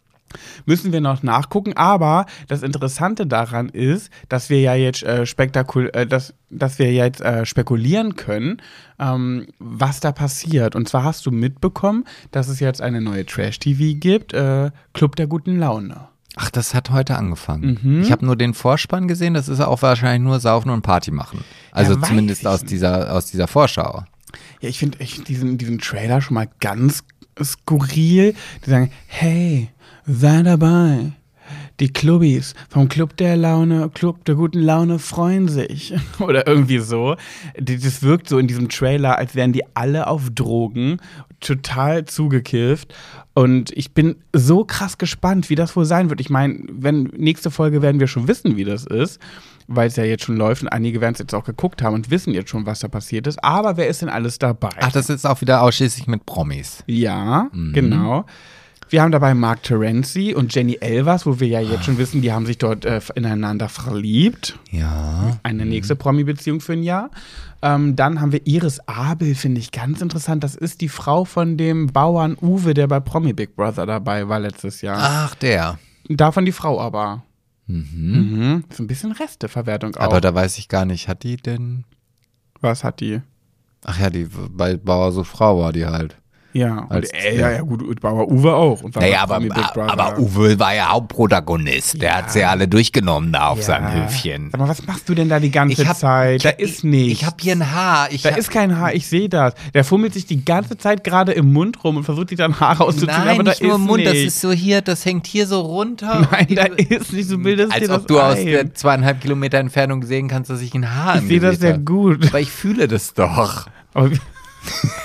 Müssen wir noch nachgucken, aber das Interessante daran ist, dass wir ja jetzt äh, spektakul äh, dass, dass wir jetzt äh, spekulieren können, ähm, was da passiert. Und zwar hast du mitbekommen, dass es jetzt eine neue Trash-T V gibt, äh, Club der guten Laune. Ach, das hat heute angefangen. Mhm. Ich habe nur den Vorspann gesehen, das ist auch wahrscheinlich nur Saufen und Party machen. Also Ja, weiß zumindest ich aus nicht. dieser, aus dieser Vorschau. Ja, ich finde ich diesen, diesen Trailer schon mal ganz skurril. Die sagen, hey, sei dabei. Die Clubbis vom Club der Laune, Club der guten Laune freuen sich. Oder irgendwie so. Das wirkt so in diesem Trailer, als wären die alle auf Drogen, total zugekifft. Und ich bin so krass gespannt, wie das wohl sein wird. Ich meine, wenn nächste Folge werden wir schon wissen, wie das ist, weil es ja jetzt schon läuft und einige werden es jetzt auch geguckt haben und wissen jetzt schon, was da passiert ist. Aber wer ist denn alles dabei? Ach, das ist auch wieder ausschließlich mit Promis. Ja, mhm. genau. Wir haben dabei Mark Terenzi und Jenny Elvers, wo wir ja jetzt schon wissen, die haben sich dort äh, ineinander verliebt. Ja. Eine nächste Promi-Beziehung für ein Jahr. Ähm, dann haben wir Iris Abel, finde ich ganz interessant. Das ist die Frau von dem Bauern Uwe, der bei Promi Big Brother dabei war letztes Jahr. Ach, der. Davon die Frau aber. Mhm. Mhm. So ein bisschen Resteverwertung auch. Aber da weiß ich gar nicht, hat die denn? Was hat die? Ach ja, die bei Bauer so Frau war die halt. Ja, und, Als- äh, ja, ja, gut, Bauer Uwe auch. Und war Naja, bei aber, Promi Big Brother. aber Uwe war ja Hauptprotagonist. Der Ja. hat sie ja alle durchgenommen da auf Ja. seinem Höfchen. Sag mal, was machst du denn da die ganze hab- Zeit? Da ich- ist nichts. Ich habe hier ein Haar. Ich Da hab, ist kein Haar, ich sehe das. Der fummelt sich die ganze Zeit gerade im Mund rum und versucht sich dann Haare auszuziehen, Nein, aber da nicht nur ist im Mund, nichts. das ist so hier, das hängt hier so runter. Nein, da ist nicht, so bildest Als dir das ob du aus ein. der zweieinhalb Kilometer Entfernung sehen kannst, dass ich ein Haar Ich im sehe das Gesicht sehr hab. gut. Aber ich fühle das doch. Aber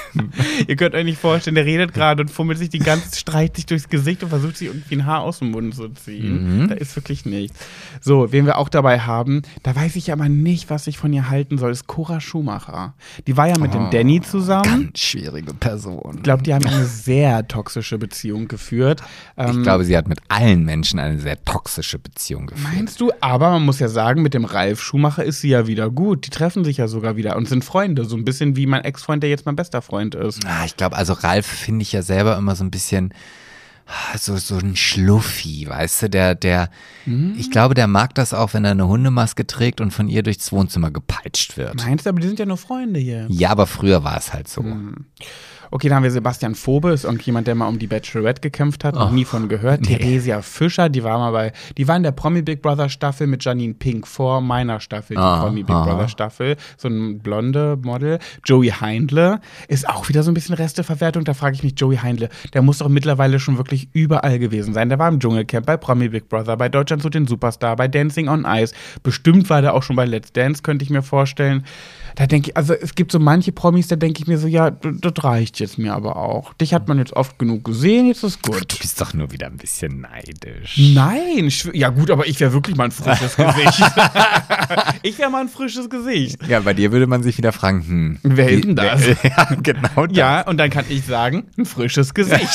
Ihr könnt euch nicht vorstellen, der redet gerade und fummelt sich die ganze streicht sich durchs Gesicht und versucht sich irgendwie ein Haar aus dem Mund zu ziehen. Mhm. Da ist wirklich nichts. So, wen wir auch dabei haben, da weiß ich aber nicht, was ich von ihr halten soll, ist Cora Schumacher. Die war ja mit oh, dem Danny zusammen. Ganz schwierige Person. Ich glaube, die haben eine sehr toxische Beziehung geführt. Ich ähm, glaube, sie hat mit allen Menschen eine sehr toxische Beziehung geführt. Meinst du? Aber man muss ja sagen, mit dem Ralf Schumacher ist sie ja wieder gut. Die treffen sich ja sogar wieder und sind Freunde. So ein bisschen wie mein Ex-Freund, der jetzt mein bester Freund ist. Ah, ich glaube, also Ralf finde ich ja selber immer so ein bisschen so, so ein Schluffi, weißt du, der, der, mhm. ich glaube, der mag das auch, wenn er eine Hundemaske trägt und von ihr durchs Wohnzimmer gepeitscht wird. Meinst du, aber die sind ja nur Freunde hier. Ja, aber früher war es halt so. Mhm. Okay, dann haben wir Sebastian Phoebe, ist irgendjemand, der mal um die Bachelorette gekämpft hat, noch oh, nie von gehört. Nee. Theresia Fischer, die war mal bei, die war in der Promi Big Brother Staffel mit Janine Pink vor meiner Staffel, die ah, Promi Big ah. Brother Staffel. So ein blonde Model. Joey Heindle ist auch wieder so ein bisschen Resteverwertung. Da frage ich mich, Joey Heindle, der muss doch mittlerweile schon wirklich überall gewesen sein. Der war im Dschungelcamp, bei Promi Big Brother, bei Deutschland sucht den Superstar, bei Dancing on Ice. Bestimmt war der auch schon bei Let's Dance, könnte ich mir vorstellen. Da denke ich, also es gibt so manche Promis, da denke ich mir so, ja, das reicht jetzt mir aber auch. Dich hat man jetzt oft genug gesehen, jetzt ist gut. Du bist doch nur wieder ein bisschen neidisch. Nein, ja gut, aber ich wäre wirklich mal ein frisches Gesicht. Ich wäre mal ein frisches Gesicht. Ja, bei dir würde man sich wieder fragen, hm, wer ist denn das? Ja, genau das. Ja, und dann kann ich sagen, ein frisches Gesicht.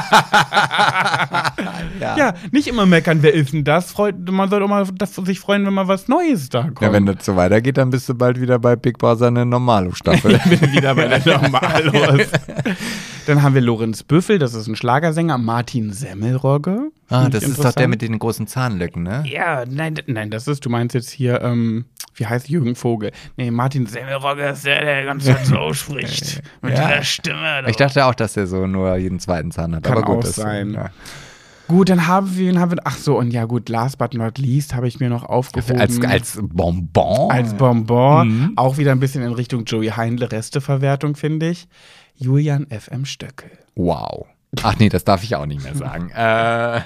ja. ja, nicht immer meckern, wer ist denn das? Man sollte auch mal sich freuen, wenn mal was Neues da kommt. Ja, wenn das so weitergeht, dann bist du bald wieder bei Big Brother eine Normalo-Staffel. Ich bin wieder bei der Normalos. Dann haben wir Lorenz Büffel, das ist ein Schlagersänger. Martin Semmelrogge. Ah, das ist doch der mit den großen Zahnlücken, ne? Ja, nein, nein, das ist, du meinst jetzt hier, ähm, wie heißt Jürgen Vogel? Nee, Martin Semmelrogge ist der, der ganz so spricht. Mit ja. der Stimme. Ich dachte auch, dass der so nur jeden zweiten Zahn hat. Kann aber gut, auch das sein. Ja. Gut, dann haben wir, haben wir, ach so, und ja gut, last but not least habe ich mir noch aufgehoben. Als, als Bonbon. Als Bonbon. Mhm. Auch wieder ein bisschen in Richtung Joey Heindle, Resteverwertung, finde ich. Julian F M Stöckel. Wow. Ach nee, das darf ich auch nicht mehr sagen. äh,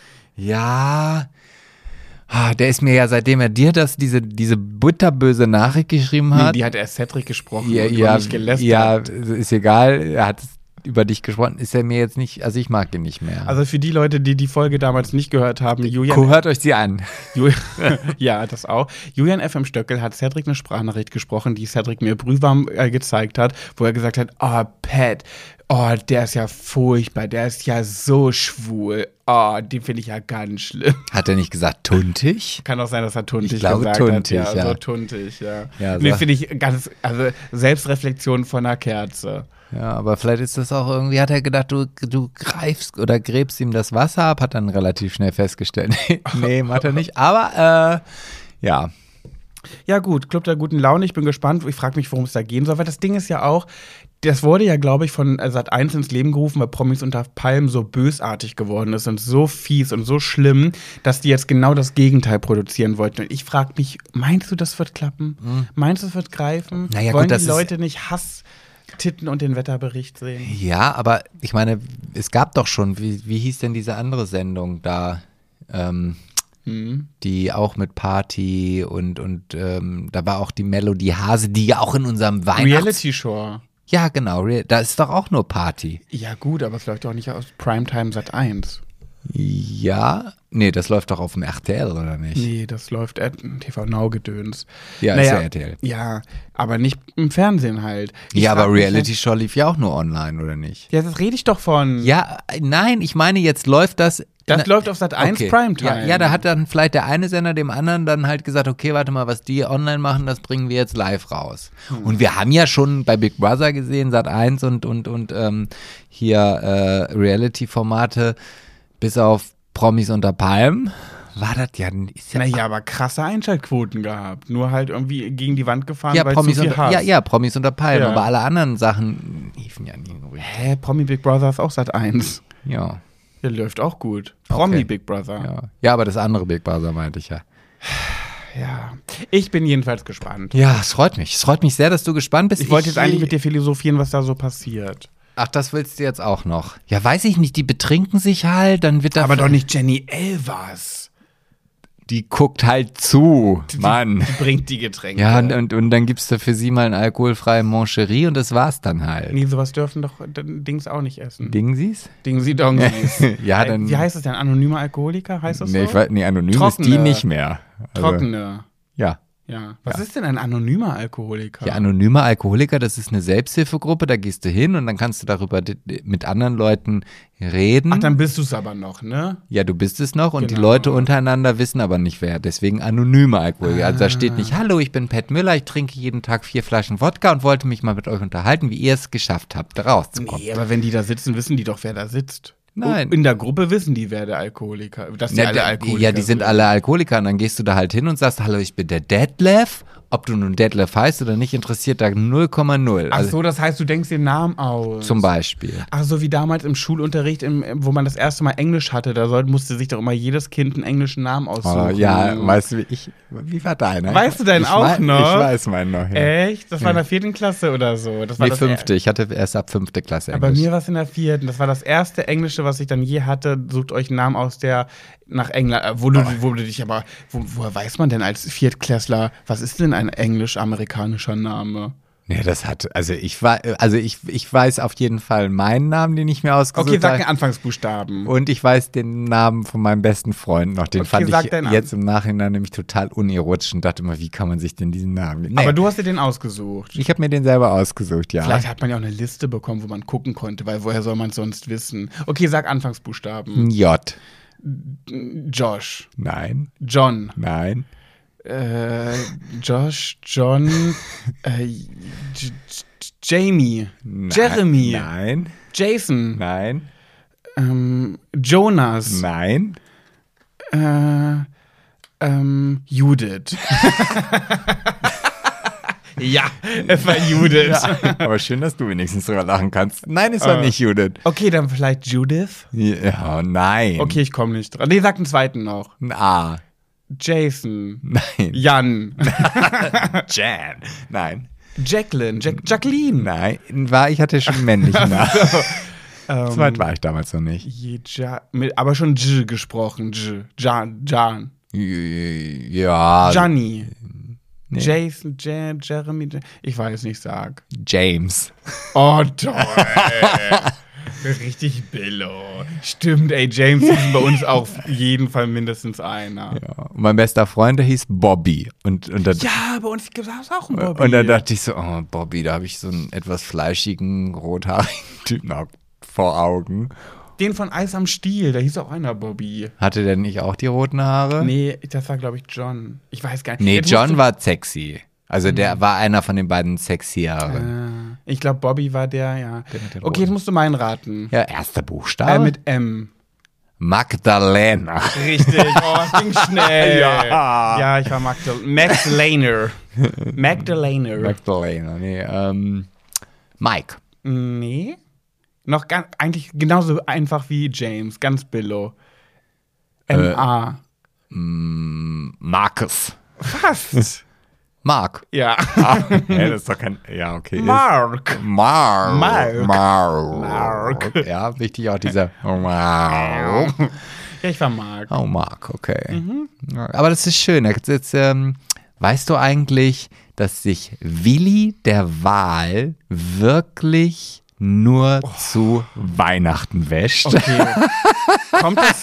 ja, ah, der ist mir ja, seitdem er dir das, diese, diese butterböse Nachricht geschrieben hat. Nee, die hat erst Cedric gesprochen ja, und ja, nicht gelästert. Ja, ist egal, er hat über dich gesprochen, ist er mir jetzt nicht, also ich mag ihn nicht mehr. Also für die Leute, die die Folge damals nicht gehört haben, Julian... Hört euch sie an. Julian, ja, das auch. Julian F M Stöckel hat Cedric eine Sprachnachricht gesprochen, die Cedric mir brühwarm äh, gezeigt hat, wo er gesagt hat, oh, Pat, oh, der ist ja furchtbar, der ist ja so schwul. Oh, den finde ich ja ganz schlimm. Hat er nicht gesagt tuntig? Kann auch sein, dass er tuntig ich glaube, gesagt tuntig, hat. Ja, ja. So tuntig, ja. ja so. Nee, finde ich ganz, also Selbstreflexion von einer Kerze. Ja, aber vielleicht ist das auch irgendwie, hat er gedacht, du, du greifst oder gräbst ihm das Wasser ab, hat dann relativ schnell festgestellt, nee, hat er nicht, aber äh, ja. Ja gut, Club der guten Laune, ich bin gespannt, ich frage mich, worum es da gehen soll, weil das Ding ist ja auch, das wurde ja, glaube ich, von Sat eins ins Leben gerufen, weil Promis unter Palmen so bösartig geworden ist und so fies und so schlimm, dass die jetzt genau das Gegenteil produzieren wollten. Und ich frage mich, meinst du, das wird klappen? Mhm. Meinst du, es wird greifen? Naja, Wollen gut, die Leute nicht Hass Titten und den Wetterbericht sehen? Ja, aber ich meine, es gab doch schon, wie, wie hieß denn diese andere Sendung da, ähm, hm. die auch mit Party und, und ähm, da war auch die Melodie Hase, die ja auch in unserem Weihnachts... Reality Show. Ja, genau, da ist doch auch nur Party. Ja gut, aber es läuft doch nicht aus Primetime Sat eins. Ja, nee, das läuft doch auf dem R T L, oder nicht? Nee, das läuft T V Now Gedöns. Ja, naja, ist ja R T L. Ja, aber nicht im Fernsehen halt. Ich ja, aber Reality Show lief ja auch nur online, oder nicht? Ja, das rede ich doch von. Ja, nein, ich meine, jetzt läuft das... Das Na, läuft auf Sat eins okay. Primetime. Ja, ja, da hat dann vielleicht der eine Sender dem anderen dann halt gesagt, okay, warte mal, was die online machen, das bringen wir jetzt live raus. Hm. Und wir haben ja schon bei Big Brother gesehen, Sat eins und, und, und ähm, hier äh, Reality-Formate, bis auf Promis unter Palmen, war das ja... Ist ja naja, aber krasse Einschaltquoten gehabt. Nur halt irgendwie gegen die Wand gefahren, ja, weil Promis zu viel unter, Hass. Ja, ja, Promis unter Palmen, ja. aber alle anderen Sachen liefen ja nie ruhig. Hä, Promi Big Brother ist auch Sat eins. Ja. Der läuft auch gut. Promi okay. Big Brother. Ja. ja, aber das andere Big Brother meinte ich ja. Ja, ich bin jedenfalls gespannt. Ja, es freut mich. Es freut mich sehr, dass du gespannt bist. Ich, ich wollte jetzt eigentlich mit dir philosophieren, was da so passiert. Ach, das willst du jetzt auch noch? Ja, weiß ich nicht. Die betrinken sich halt, dann wird da... Aber doch nicht Jenny Elvers. Die guckt halt zu, Die, Mann. Die bringt die Getränke. Ja, und, und, und dann gibst du für sie mal einen alkoholfreien Moncherie und das war's dann halt. Nee, sowas dürfen doch Dings auch nicht essen. Dingsies? Dingsi Dongsis. Ja, dann. Wie heißt es denn? Anonymer Alkoholiker? Heißt das Nee, so? ich weiß, nee, anonym Trockene. ist die nicht mehr. Also, Trockene. Ja. Ja. Was Ja. ist denn ein anonymer Alkoholiker? Ja, anonyme Alkoholiker, das ist eine Selbsthilfegruppe, da gehst du hin und dann kannst du darüber di- mit anderen Leuten reden. Ach, dann bist du es aber noch, ne? Ja, du bist es noch und die Genau. Leute untereinander wissen aber nicht wer. Deswegen anonyme Alkoholiker. Also da steht nicht, hallo, ich bin Pat Müller, ich trinke jeden Tag vier Flaschen Wodka und wollte mich mal mit euch unterhalten, wie ihr es geschafft habt, da rauszukommen. Nee, aber wenn die da sitzen, wissen die doch, wer da sitzt. Nein. In der Gruppe wissen die, wer der Alkoholiker, dass die Ja, alle der- Alkoholiker ja, die sind alle Alkoholiker und dann gehst du da halt hin und sagst, hallo, ich bin der Detlef. Ob du nun Detlef heißt oder nicht, interessiert da null Komma null. Ach Also so, das heißt, du denkst den Namen aus. zum Beispiel. Ach so, wie damals im Schulunterricht, im, wo man das erste Mal Englisch hatte, da soll, musste sich doch immer jedes Kind einen englischen Namen aussuchen. Oh, ja, weißt du, wie ich, wie war deiner? Weißt du deinen ich auch mein, noch? Ich weiß meinen noch, ja. Echt? Das war in Ja. der vierten Klasse oder so? Das war Nee, das fünfte. Ich hatte erst ab fünfte Klasse Aber bei Englisch. mir war es in der vierten. Das war das erste Englische, was ich dann je hatte. Sucht euch einen Namen aus, der nach England, äh, wo, du, wo du dich aber, wo, woher weiß man denn als Viertklässler, was ist denn ein englisch-amerikanischer Name? Nee, das hat, also ich war, also ich, ich weiß auf jeden Fall meinen Namen, den ich mir ausgesucht Okay, sag habe. den Anfangsbuchstaben. Und ich weiß den Namen von meinem besten Freund noch. Den Okay, fand sag ich deinen jetzt im Nachhinein nämlich total unerotisch und dachte immer, wie kann man sich denn diesen Namen nee. Aber du hast dir den ausgesucht. Ich habe mir den selber ausgesucht, ja. Vielleicht hat man ja auch eine Liste bekommen, wo man gucken konnte, weil woher soll man es sonst wissen? Okay, sag Anfangsbuchstaben. J. Josh. Nein, John. nein. Äh, Josh, John, äh, J- J- Jamie, Nein, Jeremy, Nein, Jason, nein, ähm, Jonas, nein. äh, ähm, Judith. Ja, es war Judith. Aber schön, dass du wenigstens drüber lachen kannst. Nein, es war Äh. nicht Judith. Okay, dann vielleicht Judith. Ja, nein. Okay, ich komme nicht dran. Nee, sag den zweiten noch. Ein A. Jason, Nein. Jan, Jan. Nein. Jacqueline, Jack Jacqueline. Nein, war, ich hatte schon einen männlichen Namen. Ähm, So weit war ich damals noch nicht. Jeja, mit, aber schon J gesprochen. J. Jan. Jan. Ja. Gianni. Nee. Jason, Jan, Jeremy. Jan- Ich weiß nicht, sag. James. Oh, toll. Richtig Billo. Stimmt, ey, James ist bei uns auch auf jeden Fall mindestens einer. Ja. Und mein bester Freund, der hieß Bobby. Und, und, da, Ja, bei uns gibt es auch einen Bobby. und dann dachte ich so, oh, Bobby, da habe ich so einen etwas fleischigen, rothaarigen Typen vor Augen. Den von Eis am Stiel, da hieß auch einer Bobby. Hatte der nicht auch die roten Haare? Nee, das war, glaube ich, John. Ich weiß gar nicht. Nee, Jetzt John musst war sexy. Also der war einer von den beiden sexieren. du, äh, Ich glaube, Bobby war der, ja. Der mit den Okay, jetzt roten. musst du meinen raten. Ja, erster Buchstabe. Äh, mit M. Magdalena. Richtig, oh, es ging schnell. Ja. Ja, ich war Magdal Max Laner. Magdalena. Magdalena, nee, ähm, Mike. Nee. Noch ganz, eigentlich genauso einfach wie James, ganz billo. M A. Mm, Marcus. Fast. Mark. Ja. Ah, hä, das ist doch kein, ja, okay. ist- Mark. Mark. Mark. Mark. Mark. Ja, wichtig auch dieser Mark. Ja, ich war Mark. Oh, Mark, okay. Ja, aber das ist schön. Jetzt, jetzt, ähm, weißt du eigentlich, dass sich Willi der Wal wirklich nur zu Weihnachten wäscht? Okay. Kommt das?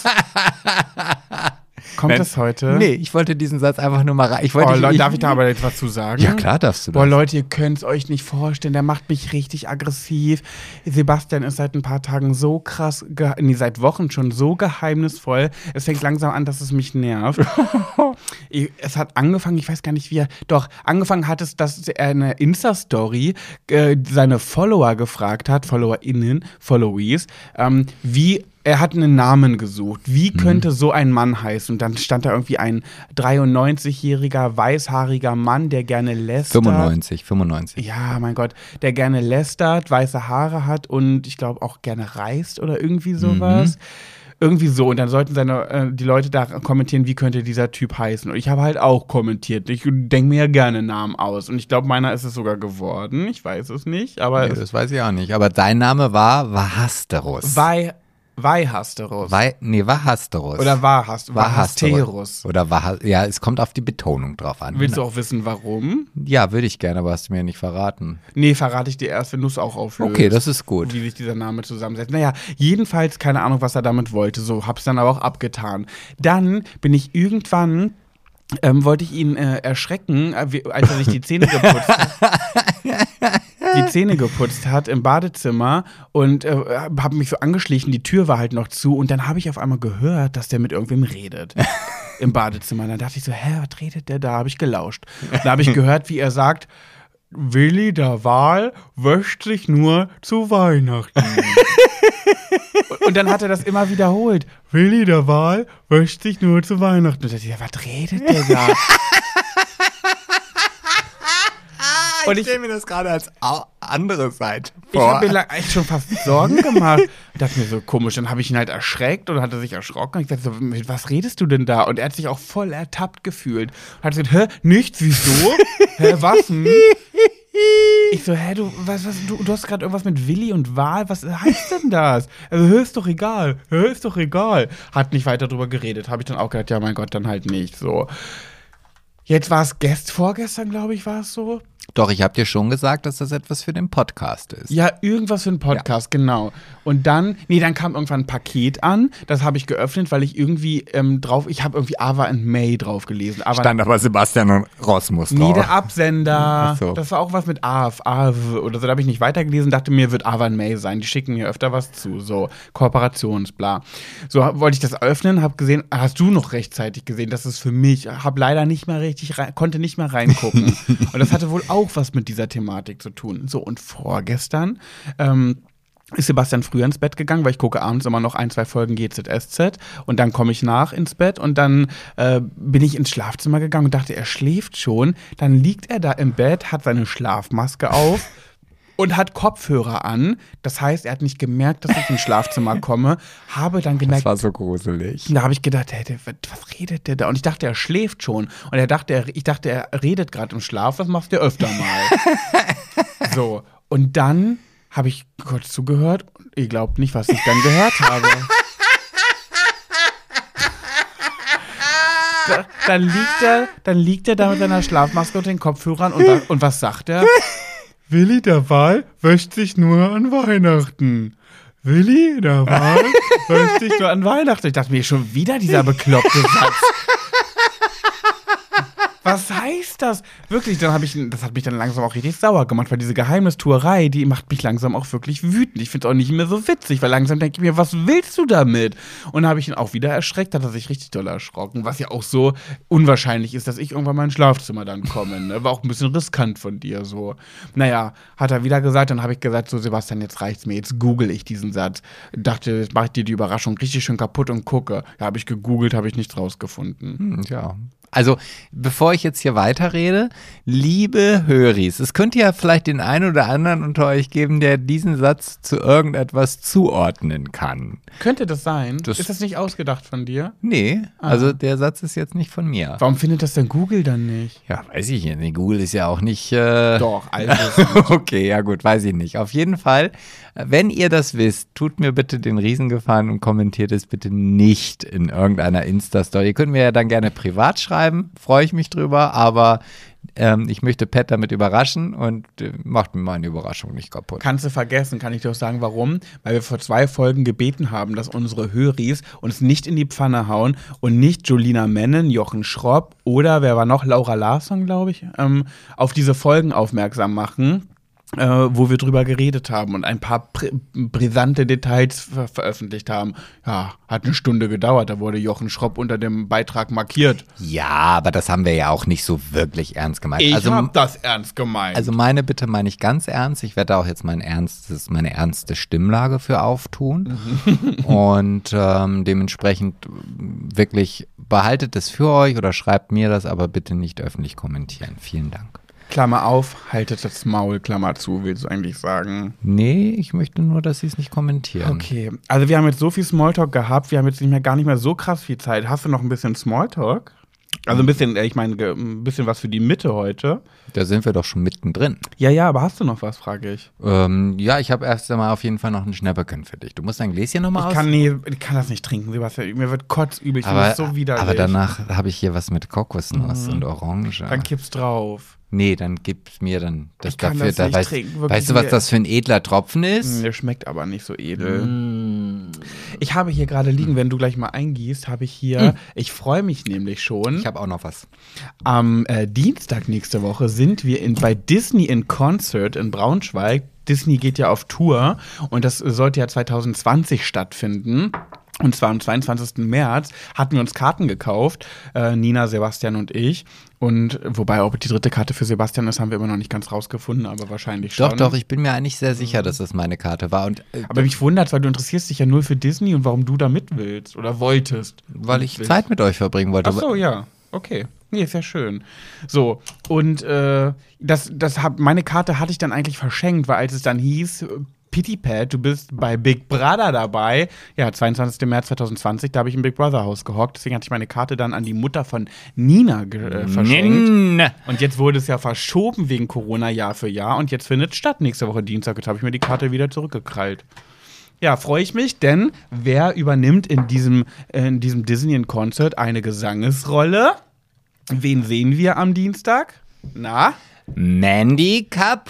Kommt Nein. das heute? Nee, ich wollte diesen Satz einfach nur mal rein. Ich wollte Oh, Leute, ich, darf ich da aber etwas zu sagen? Ja, klar darfst du das. Boah, Leute, ihr könnt es euch nicht vorstellen, der macht mich richtig aggressiv. Sebastian ist seit ein paar Tagen so krass, ge- nee, seit Wochen schon so geheimnisvoll. Es fängt langsam an, dass es mich nervt. Ich- es hat angefangen, ich weiß gar nicht wie er, doch, angefangen hat es, dass er eine Insta-Story äh, seine Follower gefragt hat, FollowerInnen, Followees, ähm, wie er hat einen Namen gesucht. Wie könnte so ein Mann heißen? Und dann stand da irgendwie ein dreiundneunzigjähriger, weißhaariger Mann, der gerne lästert. fünfundneunzig, fünfundneunzig. Ja, mein Gott, der gerne lästert, weiße Haare hat und ich glaube auch gerne reist oder irgendwie sowas. Irgendwie so. Und dann sollten seine, äh, die Leute da kommentieren, wie könnte dieser Typ heißen. Und ich habe halt auch kommentiert. Ich denke mir ja gerne Namen aus. Und ich glaube, meiner ist es sogar geworden. Ich weiß es nicht. Aber Nee, das weiß ich auch nicht. Aber dein Name war Vahasterus. bei Weihasterus. Wei, nee, Wahasterus. Oder Wahast, Wahasterus. Oder Wah, ja, es kommt auf die Betonung drauf an. Willst du auch wissen, warum? Ja, würde ich gerne, aber hast du mir nicht verraten. Nee, verrate ich dir erst, wenn du es auch auflöst. Okay, das ist gut. Wie sich dieser Name zusammensetzt. Naja, jedenfalls keine Ahnung, was er damit wollte. So, hab's dann aber auch abgetan. Dann bin ich irgendwann, ähm, wollte ich ihn äh, erschrecken, äh, wie, als er sich die Zähne geputzt hat. die Zähne geputzt hat im Badezimmer und äh, habe mich so angeschlichen, die Tür war halt noch zu und dann habe ich auf einmal gehört, dass der mit irgendwem redet im Badezimmer. Und dann dachte ich so, hä, was redet der da? Habe ich gelauscht. Und da habe ich gehört, wie er sagt, Willi der Wal wäscht sich nur zu Weihnachten. Und dann hat er das immer wiederholt. Willi der Wal wäscht sich nur zu Weihnachten. Und ich dachte, ja, was redet der da? Und ich stelle mir das gerade als andere Seite vor. Ich habe mir lang, echt schon fast Sorgen gemacht. Ich dachte mir so, komisch. Dann habe ich ihn halt erschreckt und hat er sich erschrocken. Und ich dachte so, mit was redest du denn da? Und er hat sich auch voll ertappt gefühlt. Und hat gesagt, hä, nichts, wieso? Hä, was denn? Ich so, hä, du, was, was, du, du hast gerade irgendwas mit Willi und Wal, was heißt denn das? Also, hör, ist doch egal, hör, ist doch egal. Hat nicht weiter drüber geredet. Habe ich dann auch gedacht, ja, mein Gott, dann halt nicht, so. Jetzt war es gest, vorgestern, glaube ich, war es so. Doch, ich habe dir schon gesagt, dass das etwas für den Podcast ist. Ja, irgendwas für einen Podcast, ja. Genau. Und dann, nee, dann kam irgendwann ein Paket an, das habe ich geöffnet, weil ich irgendwie ähm, drauf, ich habe irgendwie Ava and May drauf gelesen. Ava Stand aber Sebastian und Rosmus drauf. Nee, der Absender. Ach so. Das war auch was mit Av, Av oder so, da habe ich nicht weitergelesen, dachte mir, wird Ava and May sein, die schicken mir öfter was zu, so Kooperations, bla. So wollte ich das öffnen, habe gesehen, hast du noch rechtzeitig gesehen, das ist für mich, habe leider nicht mehr richtig, rein, konnte nicht mehr reingucken. Und das hatte wohl auch was mit dieser Thematik zu tun. So, und vorgestern ähm, ist Sebastian früher ins Bett gegangen, weil ich gucke abends immer noch ein, zwei Folgen G Z S Z und dann komme ich nach ins Bett und dann äh, bin ich ins Schlafzimmer gegangen und dachte, er schläft schon. Dann liegt er da im Bett, hat seine Schlafmaske auf und hat Kopfhörer an. Das heißt, er hat nicht gemerkt, dass ich ins Schlafzimmer komme. Habe dann gemerkt. Das war so gruselig. Da habe ich gedacht, hey, der, was redet der da? Und ich dachte, er schläft schon. Und er dachte, er, ich dachte, er redet gerade im Schlaf. Das machst du ja öfter mal. So. Und dann habe ich kurz zugehört. Und ihr glaubt nicht, was ich dann gehört habe. Da, dann, liegt er, dann liegt er da mit seiner Schlafmaske und den Kopfhörern. Und, da, und was sagt er? Willi der Wal wäscht sich nur an Weihnachten. Willi der Wal wäscht sich nur an Weihnachten. Ich dachte mir, schon wieder dieser bekloppte Satz. Was heißt das? Wirklich, dann habe ich, das hat mich dann langsam auch richtig sauer gemacht, weil diese Geheimnistuerei, die macht mich langsam auch wirklich wütend. Ich finde es auch nicht mehr so witzig, weil langsam denke ich mir, was willst du damit? Und dann habe ich ihn auch wieder erschreckt, hat er sich richtig doll erschrocken, was ja auch so unwahrscheinlich ist, dass ich irgendwann mal ins Schlafzimmer dann komme. Ne? War auch ein bisschen riskant von dir so. Naja, hat er wieder gesagt, dann habe ich gesagt, so Sebastian, jetzt reicht's mir, jetzt google ich diesen Satz. Dachte, jetzt mache ich dir die Überraschung richtig schön kaputt und gucke. Ja, habe ich gegoogelt, habe ich nichts rausgefunden. Hm, ja. Also, bevor ich jetzt hier weiterrede, liebe Höris, es könnte ja vielleicht den einen oder anderen unter euch geben, der diesen Satz zu irgendetwas zuordnen kann. Könnte das sein? Das ist das nicht ausgedacht von dir? Nee, Ah. also der Satz ist jetzt nicht von mir. Warum findet das denn Google dann nicht? Ja, weiß ich nicht. Google ist ja auch nicht. Äh Doch, also. Okay, ja gut, weiß ich nicht. Auf jeden Fall, wenn ihr das wisst, tut mir bitte den Riesengefallen und kommentiert es bitte nicht in irgendeiner Insta-Story. Ihr könnt mir ja dann gerne privat schreiben, freue ich mich drüber, aber ähm, ich möchte Pat damit überraschen und äh, macht mir meine Überraschung nicht kaputt. Kannst du vergessen, kann ich dir auch sagen, warum? Weil wir vor zwei Folgen gebeten haben, dass unsere Höris uns nicht in die Pfanne hauen und nicht Julina Mennen, Jochen Schropp oder, wer war noch, Laura Larsson, glaube ich, ähm, auf diese Folgen aufmerksam machen. Äh, wo wir drüber geredet haben und ein paar br- brisante Details ver- veröffentlicht haben. Ja, hat eine Stunde gedauert, da wurde Jochen Schropp unter dem Beitrag markiert. Ja, aber das haben wir ja auch nicht so wirklich ernst gemeint. Ich also, hab das ernst gemeint. Also meine Bitte meine ich ganz ernst. Ich werde da auch jetzt mein ernstes, meine ernste Stimmlage für auftun. Und ähm, dementsprechend wirklich behaltet es für euch oder schreibt mir das, aber bitte nicht öffentlich kommentieren. Vielen Dank. Klammer auf, haltet das Maul, Klammer zu, willst du eigentlich sagen? Nee, ich möchte nur, dass sie es nicht kommentieren. Okay, also wir haben jetzt so viel Smalltalk gehabt, wir haben jetzt nicht mehr, gar nicht mehr so krass viel Zeit. Hast du noch ein bisschen Smalltalk? Also ein bisschen, äh, ich meine, ge- ein bisschen was für die Mitte heute. Da sind wir doch schon mittendrin. Ja, ja, aber hast du noch was, frage ich. Ähm, ja, ich habe erst einmal auf jeden Fall noch ein Schnäpperchen für dich. Du musst dein Gläschen nochmal aus. Ich kann, nee, ich kann das nicht trinken, Sebastian. Mir wird kotzübel. Ich finde aber, das so widerlich. aber danach habe ich hier was mit Kokosnuss Mhm. und Orange. Dann kipp's drauf. Nee, dann gib's mir dann das Ich kann dafür. das Da nicht weißt, trinken, wirklich weißt du, was nicht. das für ein edler Tropfen ist? Der schmeckt aber nicht so edel. Mm. Ich habe hier gerade liegen, wenn du gleich mal eingießt, habe ich hier, ich freue mich nämlich schon. Ich habe auch noch was. Am äh, Dienstag nächste Woche sind wir in, bei Disney in Concert in Braunschweig. Disney geht ja auf Tour und das sollte ja zwanzig zwanzig stattfinden. Und zwar am zweiundzwanzigsten März hatten wir uns Karten gekauft, äh, Nina, Sebastian und ich. Und wobei, ob die dritte Karte für Sebastian ist, haben wir immer noch nicht ganz rausgefunden, aber wahrscheinlich schon. Doch, doch, ich bin mir eigentlich sehr sicher, dass das meine Karte war. Und, äh, Aber mich wundert, weil du interessierst dich ja null für Disney und warum du da mit willst oder wolltest. weil ich Willst. Zeit mit euch verbringen wollte. Ach so, ja. Okay. Nee, ist ja schön. So, und äh, das, das hab, meine Karte hatte ich dann eigentlich verschenkt, weil als es dann hieß, Pity Pat, du bist bei Big Brother dabei. Ja, zweiundzwanzigsten März zweitausendzwanzig, da habe ich im Big Brother Haus gehockt. Deswegen hatte ich meine Karte dann an die Mutter von Nina ge- äh, verschenkt. Nee. Und jetzt wurde es ja verschoben wegen Corona Jahr für Jahr. Und jetzt findet es statt nächste Woche Dienstag. Jetzt habe ich mir die Karte wieder zurückgekrallt. Ja, freue ich mich, denn wer übernimmt in diesem, in diesem Disney in Concert eine Gesangesrolle? Wen sehen wir am Dienstag? Na? Mandy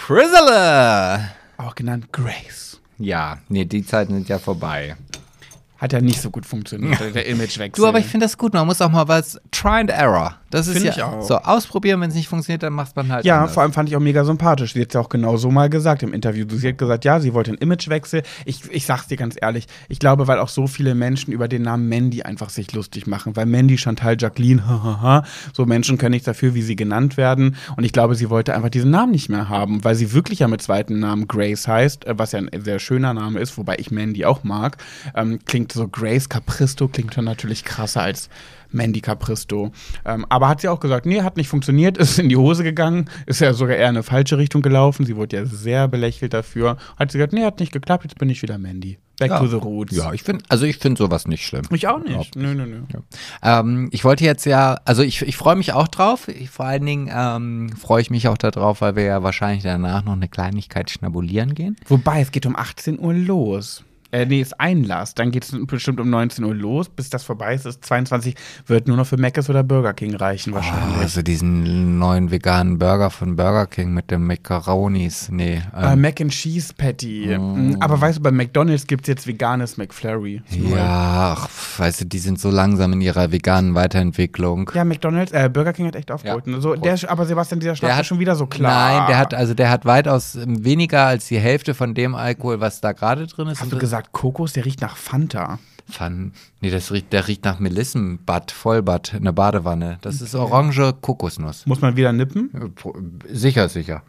Caprizele. Auch genannt Grace. Ja, nee, die Zeiten sind ja vorbei. Hat ja nicht so gut funktioniert, der Imagewechsel. Du, aber ich finde das gut. Man muss auch mal was Try and Error. Das ist Find ja ich auch. so ausprobieren, wenn es nicht funktioniert, dann macht man halt Ja, anders. vor allem fand ich auch mega sympathisch. Sie hat es ja auch genau so mal gesagt im Interview. Sie hat gesagt, ja, sie wollte einen Imagewechsel. Ich, ich sag's dir ganz ehrlich, ich glaube, weil auch so viele Menschen über den Namen Mandy einfach sich lustig machen. Weil Mandy, Chantal, Jacqueline, hahaha, so Menschen können nichts dafür, wie sie genannt werden. Und ich glaube, sie wollte einfach diesen Namen nicht mehr haben, weil sie wirklich ja mit zweiten Namen Grace heißt, äh, was ja ein sehr schöner Name ist, wobei ich Mandy auch mag. Ähm, klingt so Grace Capristo, klingt schon natürlich krasser als Mandy Capristo. Ähm, aber hat sie auch gesagt, nee, hat nicht funktioniert, ist in die Hose gegangen, ist ja sogar eher in eine falsche Richtung gelaufen. Sie wurde ja sehr belächelt dafür. Hat sie gesagt, nee, hat nicht geklappt, jetzt bin ich wieder Mandy. Back ja. to the roots. Ja, ich finde, also ich finde sowas nicht schlimm. Ich auch Überhaupt nicht. Nö, nö, nö. Ja. Ähm, ich wollte jetzt ja, also ich, ich freue mich auch drauf. Ich, vor allen Dingen ähm, freue ich mich auch darauf, weil wir ja wahrscheinlich danach noch eine Kleinigkeit schnabulieren gehen. Wobei, es geht um achtzehn Uhr los. Äh, nee, ist Einlass. Dann geht es bestimmt um neunzehn Uhr los. Bis das vorbei ist, ist zweiundzwanzig. Wird nur noch für Mc's oder Burger King reichen wahrscheinlich. Oh, also diesen neuen veganen Burger von Burger King mit dem Macaronis. Nee. Äh, Ähm, Mac and Cheese Patty. Mm. Aber weißt du, bei McDonald's gibt es jetzt veganes McFlurry. Ist neu. ja, ach, weißt du, die sind so langsam in ihrer veganen Weiterentwicklung. Ja, McDonald's, äh, Burger King hat echt aufgeholt. Ja. So, der, aber Sebastian, dieser Schnaps hat- ist schon wieder so klar. Nein, der hat also der hat weitaus ähm, weniger als die Hälfte von dem Alkohol, was da gerade drin ist. Hast Und du das- gesagt, Kokos, der riecht nach Fanta. Fun. Nee, das riecht, der riecht nach Melissenbad, Vollbad, eine Badewanne. Das ist orange Kokosnuss. Muss man wieder nippen? Äh, pro- Sicher, sicher.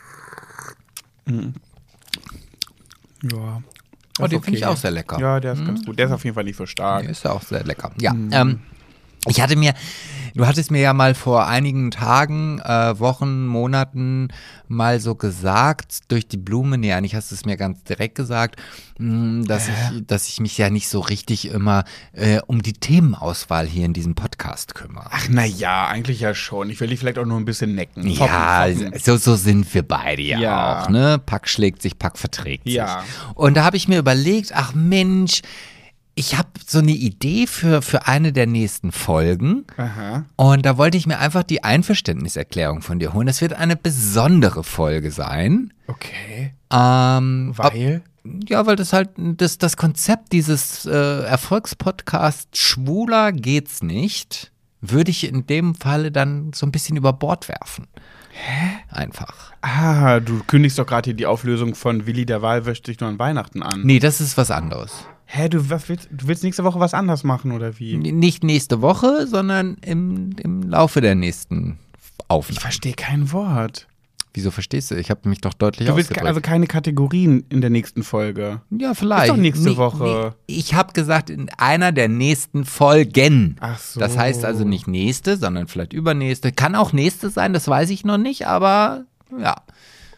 Ja. Oh, den finde ich auch sehr lecker. Ja, der ist ganz gut. Der ist auf jeden Fall nicht so stark. Der ist ja auch sehr lecker. Ja, ähm, ich hatte mir, du hattest mir ja mal vor einigen Tagen, äh, Wochen, Monaten mal so gesagt, durch die Blume, nee, eigentlich hast du es mir ganz direkt gesagt, mh, dass, ich, dass ich mich ja nicht so richtig immer äh, um die Themenauswahl hier in diesem Podcast kümmere. Ach, na ja, eigentlich ja schon. Ich will dich vielleicht auch nur ein bisschen necken. Ja, Foppen, foppen. so, so sind wir beide ja, Ja. auch, ne? Pack schlägt sich, Pack verträgt sich. Ja. Und da habe ich mir überlegt, ach Mensch, ich habe so eine Idee für, für eine der nächsten Folgen. Aha. Und da wollte ich mir einfach die Einverständniserklärung von dir holen. Das wird eine besondere Folge sein. Okay. Ähm, Weil? Ob, ja, weil das halt das, das Konzept dieses äh, Erfolgspodcasts Schwuler geht's nicht, würde ich in dem Falle dann so ein bisschen über Bord werfen. Hä? Einfach. Ah, du kündigst doch gerade hier die Auflösung von Willi der Wahl wäscht sich nur an Weihnachten an. Nee, das ist was anderes. Hä, du, was willst, du willst nächste Woche was anders machen, oder wie? N- Nicht nächste Woche, sondern im, im Laufe der nächsten Ich Aufnahme. verstehe kein Wort. Wieso verstehst du? Ich habe mich doch deutlich Du willst ausgedrückt. ke- also keine Kategorien in der nächsten Folge. Ja, vielleicht. Ist doch nächste Nee, Woche. Nee, ich habe gesagt, in einer der nächsten Folgen. Ach so. Das heißt also nicht nächste, sondern vielleicht übernächste. Kann auch nächste sein, das weiß ich noch nicht, aber ja.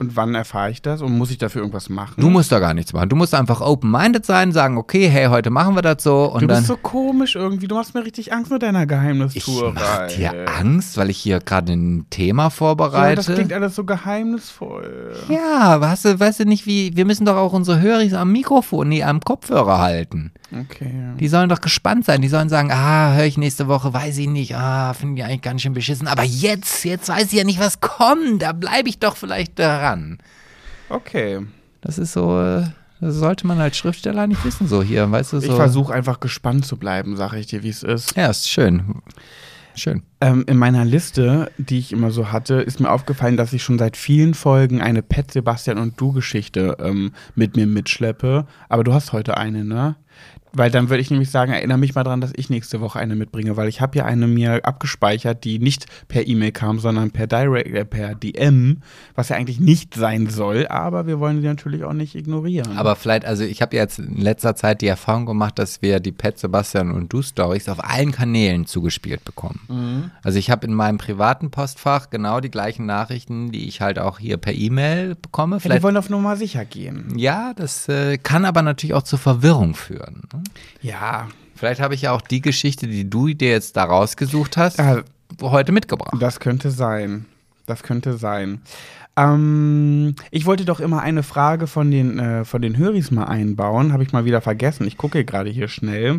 Und wann erfahre ich das? Und muss ich dafür irgendwas machen? Du musst da gar nichts machen. Du musst einfach open-minded sein, sagen, okay, hey, heute machen wir das so. Und du bist dann, so komisch irgendwie. Du machst mir richtig Angst mit deiner ich Geheimnistourerei. mach dir Angst, weil ich hier gerade ein Thema vorbereite. Ja, das klingt alles so geheimnisvoll. Ja, weißt du, weißt du nicht, wie, wir müssen doch auch unsere Höris am Mikrofon, nee, am Kopfhörer halten. Okay. Die sollen doch gespannt sein. Die sollen sagen, ah, höre ich nächste Woche, weiß ich nicht, ah, finde ich eigentlich ganz schön beschissen. Aber jetzt, jetzt weiß ich ja nicht, was kommt. Da bleibe ich doch vielleicht dran. Okay. Das ist so, äh, das sollte man als Schriftsteller nicht wissen, so hier, weißt du, so. Ich versuche einfach gespannt zu bleiben, sage ich dir, wie es ist. Ja, ist schön. Schön. Ähm, in meiner Liste, die ich immer so hatte, ist mir aufgefallen, dass ich schon seit vielen Folgen eine Pet, Sebastian und du Geschichte ähm, mit mir mitschleppe. Aber du hast heute eine, ne? Weil dann würde ich nämlich sagen, erinnere mich mal dran, dass ich nächste Woche eine mitbringe, weil ich habe ja eine mir abgespeichert, die nicht per E-Mail kam, sondern per Direct, äh, per D M, was ja eigentlich nicht sein soll, aber wir wollen sie natürlich auch nicht ignorieren. Aber vielleicht, also ich habe jetzt in letzter Zeit die Erfahrung gemacht, dass wir die Pet, Sebastian und du Stories auf allen Kanälen zugespielt bekommen. Mhm. Also ich habe in meinem privaten Postfach genau die gleichen Nachrichten, die ich halt auch hier per E-Mail bekomme. Ja, Vielleicht, die wollen auf Nummer sicher gehen. ja, das äh, kann aber natürlich auch zur Verwirrung führen. Ne? Ja, Vielleicht habe ich ja auch die Geschichte, die du dir jetzt da rausgesucht hast, Ja. heute mitgebracht. das könnte sein. Das könnte sein. Ähm, ich wollte doch immer eine Frage von den, äh, von den Höris mal einbauen. Habe ich mal wieder vergessen. Ich gucke gerade hier schnell.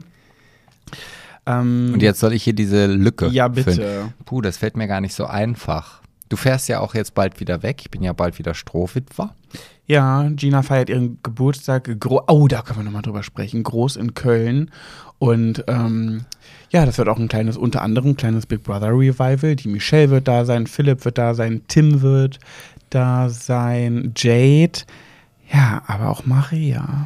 Ähm, Und jetzt soll ich hier diese Lücke Ja, bitte. füllen. Puh, das fällt mir gar nicht so einfach. Du fährst ja auch jetzt bald wieder weg. Ich bin ja bald wieder Strohwitwer. Ja, Gina feiert ihren Geburtstag. Gro- oh, da können wir nochmal drüber sprechen. Groß in Köln. Und ähm, ja, das wird auch ein kleines, unter anderem ein kleines Big Brother Revival. Die Michelle wird da sein, Philipp wird da sein, Tim wird da sein, Jade. Ja, aber auch Maria.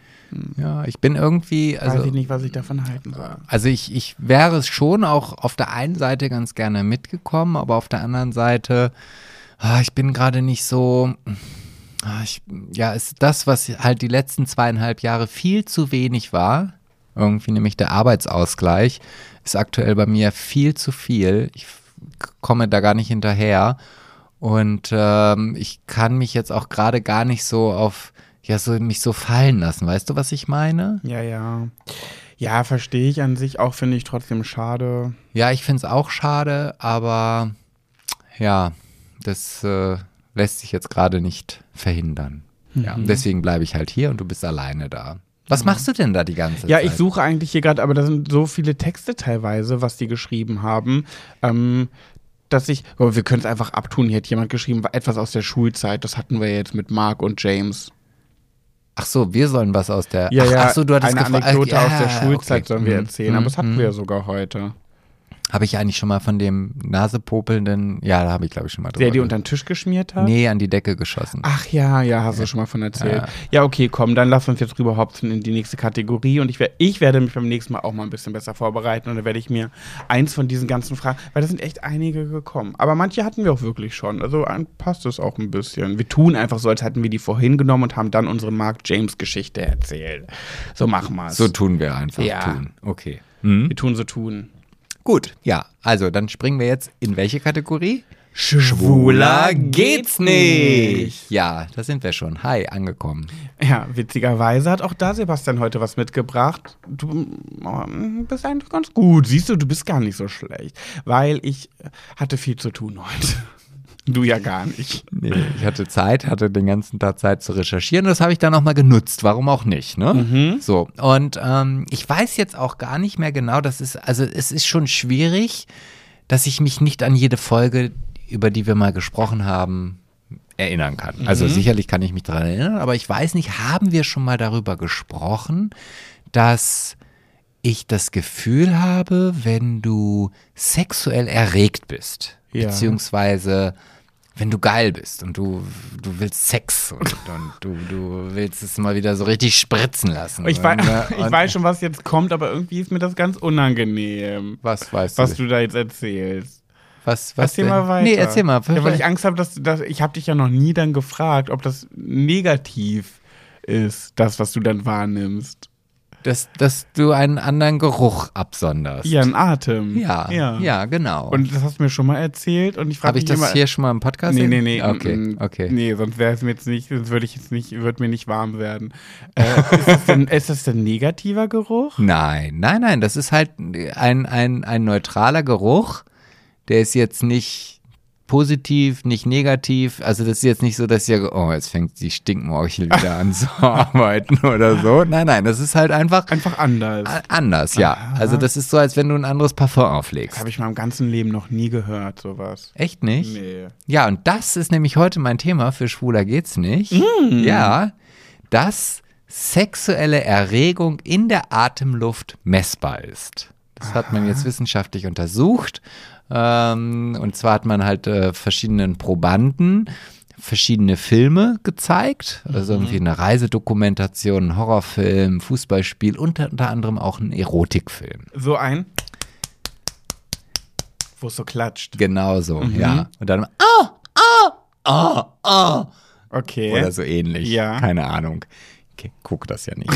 Ja, ich bin irgendwie, Weiß also, ich nicht, was ich davon halten soll. also ich, ich wäre es schon auch auf der einen Seite ganz gerne mitgekommen, aber auf der anderen Seite, ah, ich bin gerade nicht so, ah, ich, ja, ist das, was halt die letzten zweieinhalb Jahre viel zu wenig war, irgendwie nämlich der Arbeitsausgleich, ist aktuell bei mir viel zu viel. Ich f- komme da gar nicht hinterher und ähm, ich kann mich jetzt auch gerade gar nicht so auf, ja, so mich so fallen lassen. Weißt du, was ich meine? Ja, ja. Ja, verstehe ich an sich auch, finde ich trotzdem schade. Ja, ich finde es auch schade, aber ja, das äh, lässt sich jetzt gerade nicht verhindern. Ja, Mhm. deswegen bleibe ich halt hier und du bist alleine da. Was machst du denn da die ganze Ja, Zeit? ich suche eigentlich hier gerade, aber da sind so viele Texte teilweise, was die geschrieben haben, ähm, dass ich, oh, wir können es einfach abtun. Hier hat jemand geschrieben, etwas aus der Schulzeit. Das hatten wir jetzt mit Mark und James. Ach so, wir sollen was aus der. Ja, ach, ja, ach so, du hattest eine gefragt. Anekdote ah, aus der ja, Schulzeit okay. sollen wir Mhm. erzählen, aber das hatten Mhm. wir ja sogar heute. Habe ich eigentlich schon mal von dem Nasepopelnden, ja, da habe ich glaube ich schon mal drüber. Der die ge- unter den Tisch geschmiert hat? Nee, an die Decke geschossen. Ach ja, ja, hast du schon mal von erzählt. Ja. Ja, okay, komm, dann lass uns jetzt rüber hopsen in die nächste Kategorie und ich, wer, ich werde mich beim nächsten Mal auch mal ein bisschen besser vorbereiten und dann werde ich mir eins von diesen ganzen Fragen, weil da sind echt einige gekommen. Aber manche hatten wir auch wirklich schon, also ein- passt es auch ein bisschen. Wir tun einfach so, als hätten wir die vorhin genommen und haben dann unsere Mark-James-Geschichte erzählt. So machen wir es. So tun wir einfach. Ja. Tun. Okay. Mhm. Wir tun so tun. Gut, ja. Also, dann springen wir jetzt in welche Kategorie? Schwuler geht's nicht. Ja, da sind wir schon. Hi, angekommen. Ja, witzigerweise hat auch da Sebastian heute was mitgebracht. Du oh, bist eigentlich ganz gut. Siehst du, du bist gar nicht so schlecht. Weil ich hatte viel zu tun heute. Du ja gar nicht. Nee, ich hatte Zeit, hatte den ganzen Tag Zeit zu recherchieren und das habe ich dann auch mal genutzt. Warum auch nicht, ne? Mhm. So, und ähm, ich weiß jetzt auch gar nicht mehr genau, das ist, also es ist schon schwierig, dass ich mich nicht an jede Folge, über die wir mal gesprochen haben, erinnern kann. Also Mhm. sicherlich kann ich mich daran erinnern, aber ich weiß nicht, haben wir schon mal darüber gesprochen, dass ich das Gefühl habe, wenn du sexuell erregt bist, Ja. beziehungsweise wenn du geil bist und du, du willst Sex und, und du, du willst es mal wieder so richtig spritzen lassen. Ich, und, weiß, ne, ich und- weiß schon, was jetzt kommt, aber irgendwie ist mir das ganz unangenehm, Was weißt was du? du da jetzt erzählst. Was, was Erzähl denn? mal weiter. Nee, erzähl mal. Ja, weil ich Angst habe, dass, dass ich habe dich ja noch nie dann gefragt, ob das negativ ist, das, was du dann wahrnimmst. Dass, dass du einen anderen Geruch absonderst. Ja, ein Atem. Ja, ja, ja, genau. Und das hast du mir schon mal erzählt und ich frage Habe ich mich das immer, hier schon mal im Podcast? Nee, nee, nee. Okay, mm, okay. Nee, sonst wäre es mir jetzt nicht, sonst würde ich jetzt nicht, würde mir nicht warm werden. Äh, ist, das denn, ist das denn negativer Geruch? Nein, nein, nein, das ist halt ein, ein, ein neutraler Geruch, der ist jetzt nicht positiv, nicht negativ, also das ist jetzt nicht so, dass ich sage, oh, jetzt fängt die Stinkmorchel wieder an zu arbeiten oder so. Nein, nein, das ist halt einfach Einfach anders. a- anders, ja. Aha. Also das ist so, als wenn du ein anderes Parfum Das auflegst. habe ich in meinem ganzen Leben noch nie gehört, sowas. Echt nicht? Nee. Ja, und das ist nämlich heute mein Thema, für Schwuler geht's nicht. Mm. Ja, dass sexuelle Erregung in der Atemluft messbar ist. Das hat man jetzt wissenschaftlich untersucht. Ähm, und zwar hat man halt äh, verschiedenen Probanden verschiedene Filme gezeigt. Also irgendwie eine Reisedokumentation, ein Horrorfilm, Fußballspiel und unter anderem auch ein Erotikfilm. So ein, wo es so klatscht. Genau so, ja. Und dann, ah, ah, ah, ah. Okay. Oder so ähnlich. Ja. Keine Ahnung. Okay, guck das ja nicht.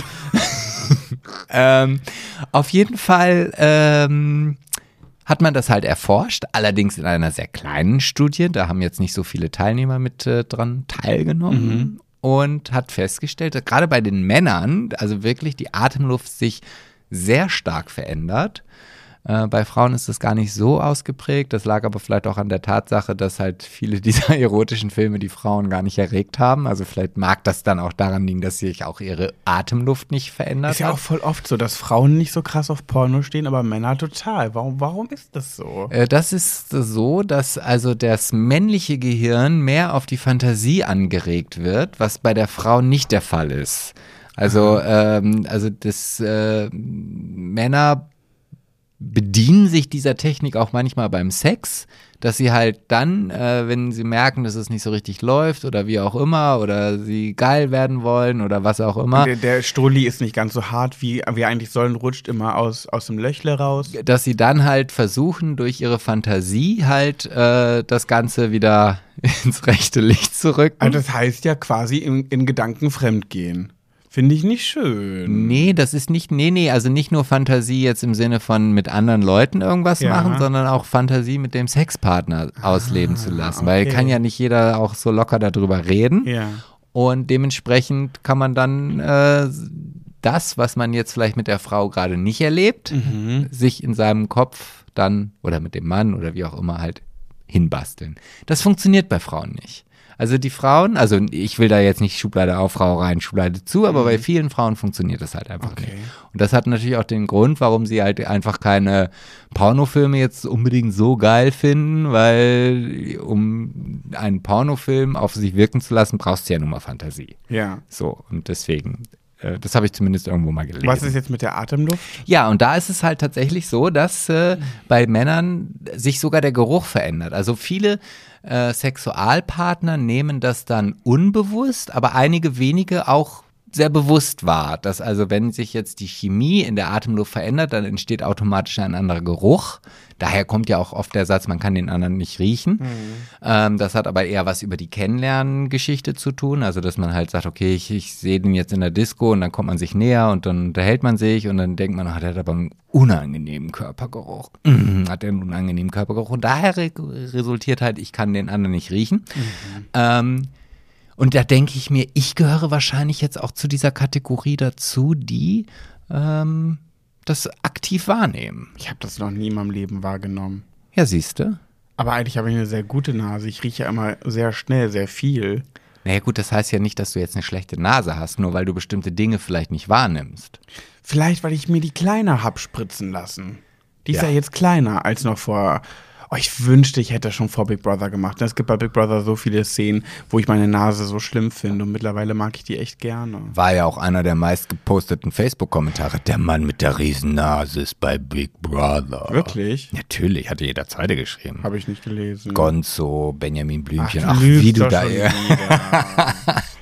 ähm, auf jeden Fall ähm, hat man das halt erforscht, allerdings in einer sehr kleinen Studie. Da haben jetzt nicht so viele Teilnehmer mit äh, dran teilgenommen. Mhm. Und hat festgestellt, dass gerade bei den Männern, also wirklich die Atemluft sich sehr stark verändert. Äh, bei Frauen ist das gar nicht so ausgeprägt. Das lag aber vielleicht auch an der Tatsache, dass halt viele dieser erotischen Filme die Frauen gar nicht erregt haben. Also vielleicht mag das dann auch daran liegen, dass sich auch ihre Atemluft nicht verändert Ist ja hat. auch voll oft so, dass Frauen nicht so krass auf Porno stehen, aber Männer total. Warum, warum ist das so? Äh, Das ist so, dass also das männliche Gehirn mehr auf die Fantasie angeregt wird, was bei der Frau nicht der Fall ist. Also, ähm, also das äh, Männer bedienen sich dieser Technik auch manchmal beim Sex, dass sie halt dann, äh, wenn sie merken, dass es nicht so richtig läuft oder wie auch immer oder sie geil werden wollen oder was auch immer, Der, der Strulli ist nicht ganz so hart, wie wir eigentlich sollen, rutscht immer aus, aus dem Löchle raus. dass sie dann halt versuchen, durch ihre Fantasie halt äh, das Ganze wieder ins rechte Licht zu rücken. Also das heißt ja quasi in, in Gedanken fremdgehen. Finde ich nicht schön. Nee, das ist nicht, nee, nee, also nicht nur Fantasie jetzt im Sinne von mit anderen Leuten irgendwas Ja. machen, sondern auch Fantasie mit dem Sexpartner ausleben zu lassen. Weil okay. kann ja nicht jeder auch so locker darüber reden. Ja. Und dementsprechend kann man dann äh, das, was man jetzt vielleicht mit der Frau gerade nicht erlebt, Mhm. sich in seinem Kopf dann oder mit dem Mann oder wie auch immer halt hinbasteln. Das funktioniert bei Frauen nicht. Also die Frauen, also ich will da jetzt nicht Schublade auf, Frau rein, Schublade zu, aber bei vielen Frauen funktioniert das halt einfach Okay. nicht. Und das hat natürlich auch den Grund, warum sie halt einfach keine Pornofilme jetzt unbedingt so geil finden, weil um einen Pornofilm auf sich wirken zu lassen, brauchst du ja nun mal Fantasie. Ja. So, und deswegen, äh, das habe ich zumindest irgendwo mal gelesen. Was ist jetzt mit der Atemluft? Ja, und da ist es halt tatsächlich so, dass äh, bei Männern sich sogar der Geruch verändert. Also viele äh, Sexualpartner nehmen das dann unbewusst, aber einige wenige auch sehr bewusst wahr, dass also wenn sich jetzt die Chemie in der Atemluft verändert, dann entsteht automatisch ein anderer Geruch. Daher kommt ja auch oft der Satz, man kann den anderen nicht riechen. Mhm. Ähm, das hat aber eher was über die Kennenlerngeschichte zu tun. Also, dass man halt sagt, okay, ich, ich sehe den jetzt in der Disco und dann kommt man sich näher und dann unterhält man sich und dann denkt man, ach, der hat aber einen unangenehmen Körpergeruch. Mhm, hat der einen unangenehmen Körpergeruch. Und daher re resultiert halt, ich kann den anderen nicht riechen. Mhm. Ähm, und da denke ich mir, ich gehöre wahrscheinlich jetzt auch zu dieser Kategorie dazu, die ähm, das aktiv wahrnehmen. Ich habe das noch nie in meinem Leben wahrgenommen. Ja, siehst du. Aber eigentlich habe ich eine sehr gute Nase. Ich rieche ja immer sehr schnell, sehr viel. Naja gut, das heißt ja nicht, dass du jetzt eine schlechte Nase hast, nur weil du bestimmte Dinge vielleicht nicht wahrnimmst. Vielleicht, weil ich mir die kleiner hab spritzen lassen. Die ist Ja. ja jetzt kleiner als noch vor. Oh, ich wünschte, ich hätte das schon vor Big Brother gemacht. Es gibt bei Big Brother so viele Szenen, wo ich meine Nase so schlimm finde. Und mittlerweile mag ich die echt gerne. War ja auch einer der meist geposteten Facebook-Kommentare. Der Mann mit der Riesennase ist bei Big Brother. Wirklich? Natürlich, hatte jeder Zweite geschrieben. Habe ich nicht gelesen. Gonzo, Benjamin Blümchen, du ach, lügst wie du doch da... schon wieder.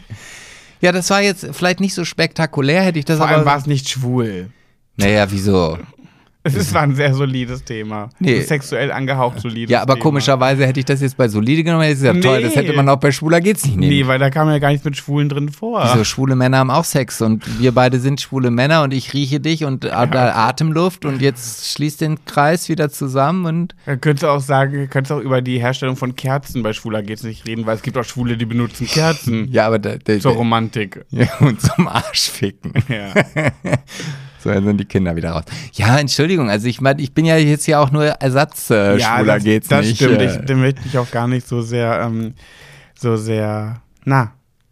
Ja, das war jetzt vielleicht nicht so spektakulär, hätte ich das Vor allem aber... war es nicht schwul. Naja, wieso? Es ist, war ein sehr solides Thema. Nee. Ein sexuell angehaucht solides Ja, aber Thema. komischerweise hätte ich das jetzt bei solide genommen, hätte ich gesagt, Nee. toll, das hätte man auch bei Schwuler geht's nicht nehmen. Nee, weil da kam ja gar nichts mit Schwulen drin vor. Wieso, schwule Männer haben auch Sex und wir beide sind schwule Männer und ich rieche dich und ja. Atemluft und jetzt schließt den Kreis wieder zusammen und Da könntest du auch sagen, könntest auch über die Herstellung von Kerzen bei Schwuler geht's nicht reden, weil es gibt auch Schwule, die benutzen Kerzen ja, aber da, da, zur da, Romantik. ja, und zum Arsch ficken. Ja. So, dann sind die Kinder wieder raus. Ja, Entschuldigung, also ich meine, ich bin ja jetzt hier auch nur Ersatz, äh, ja, Schwuler das, geht's das nicht. stimmt. äh. Ich, dem möchte ich auch gar nicht so sehr, ähm, so sehr, na,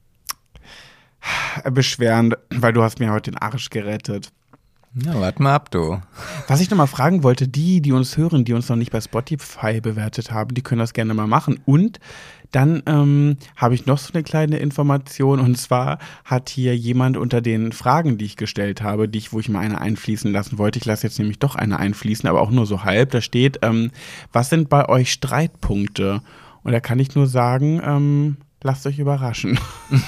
beschweren, weil du hast mir heute den Arsch gerettet. Ja, warte mal ab, du. Was ich nochmal fragen wollte, die, die uns hören, die uns noch nicht bei Spotify bewertet haben, die können das gerne mal machen. Und dann ähm, habe ich noch so eine kleine Information, und zwar hat hier jemand unter den Fragen, die ich gestellt habe, die ich, wo ich mal eine einfließen lassen wollte, ich lasse jetzt nämlich doch eine einfließen, aber auch nur so halb, da steht, ähm, was sind bei euch Streitpunkte? Und da kann ich nur sagen, ähm, lasst euch überraschen.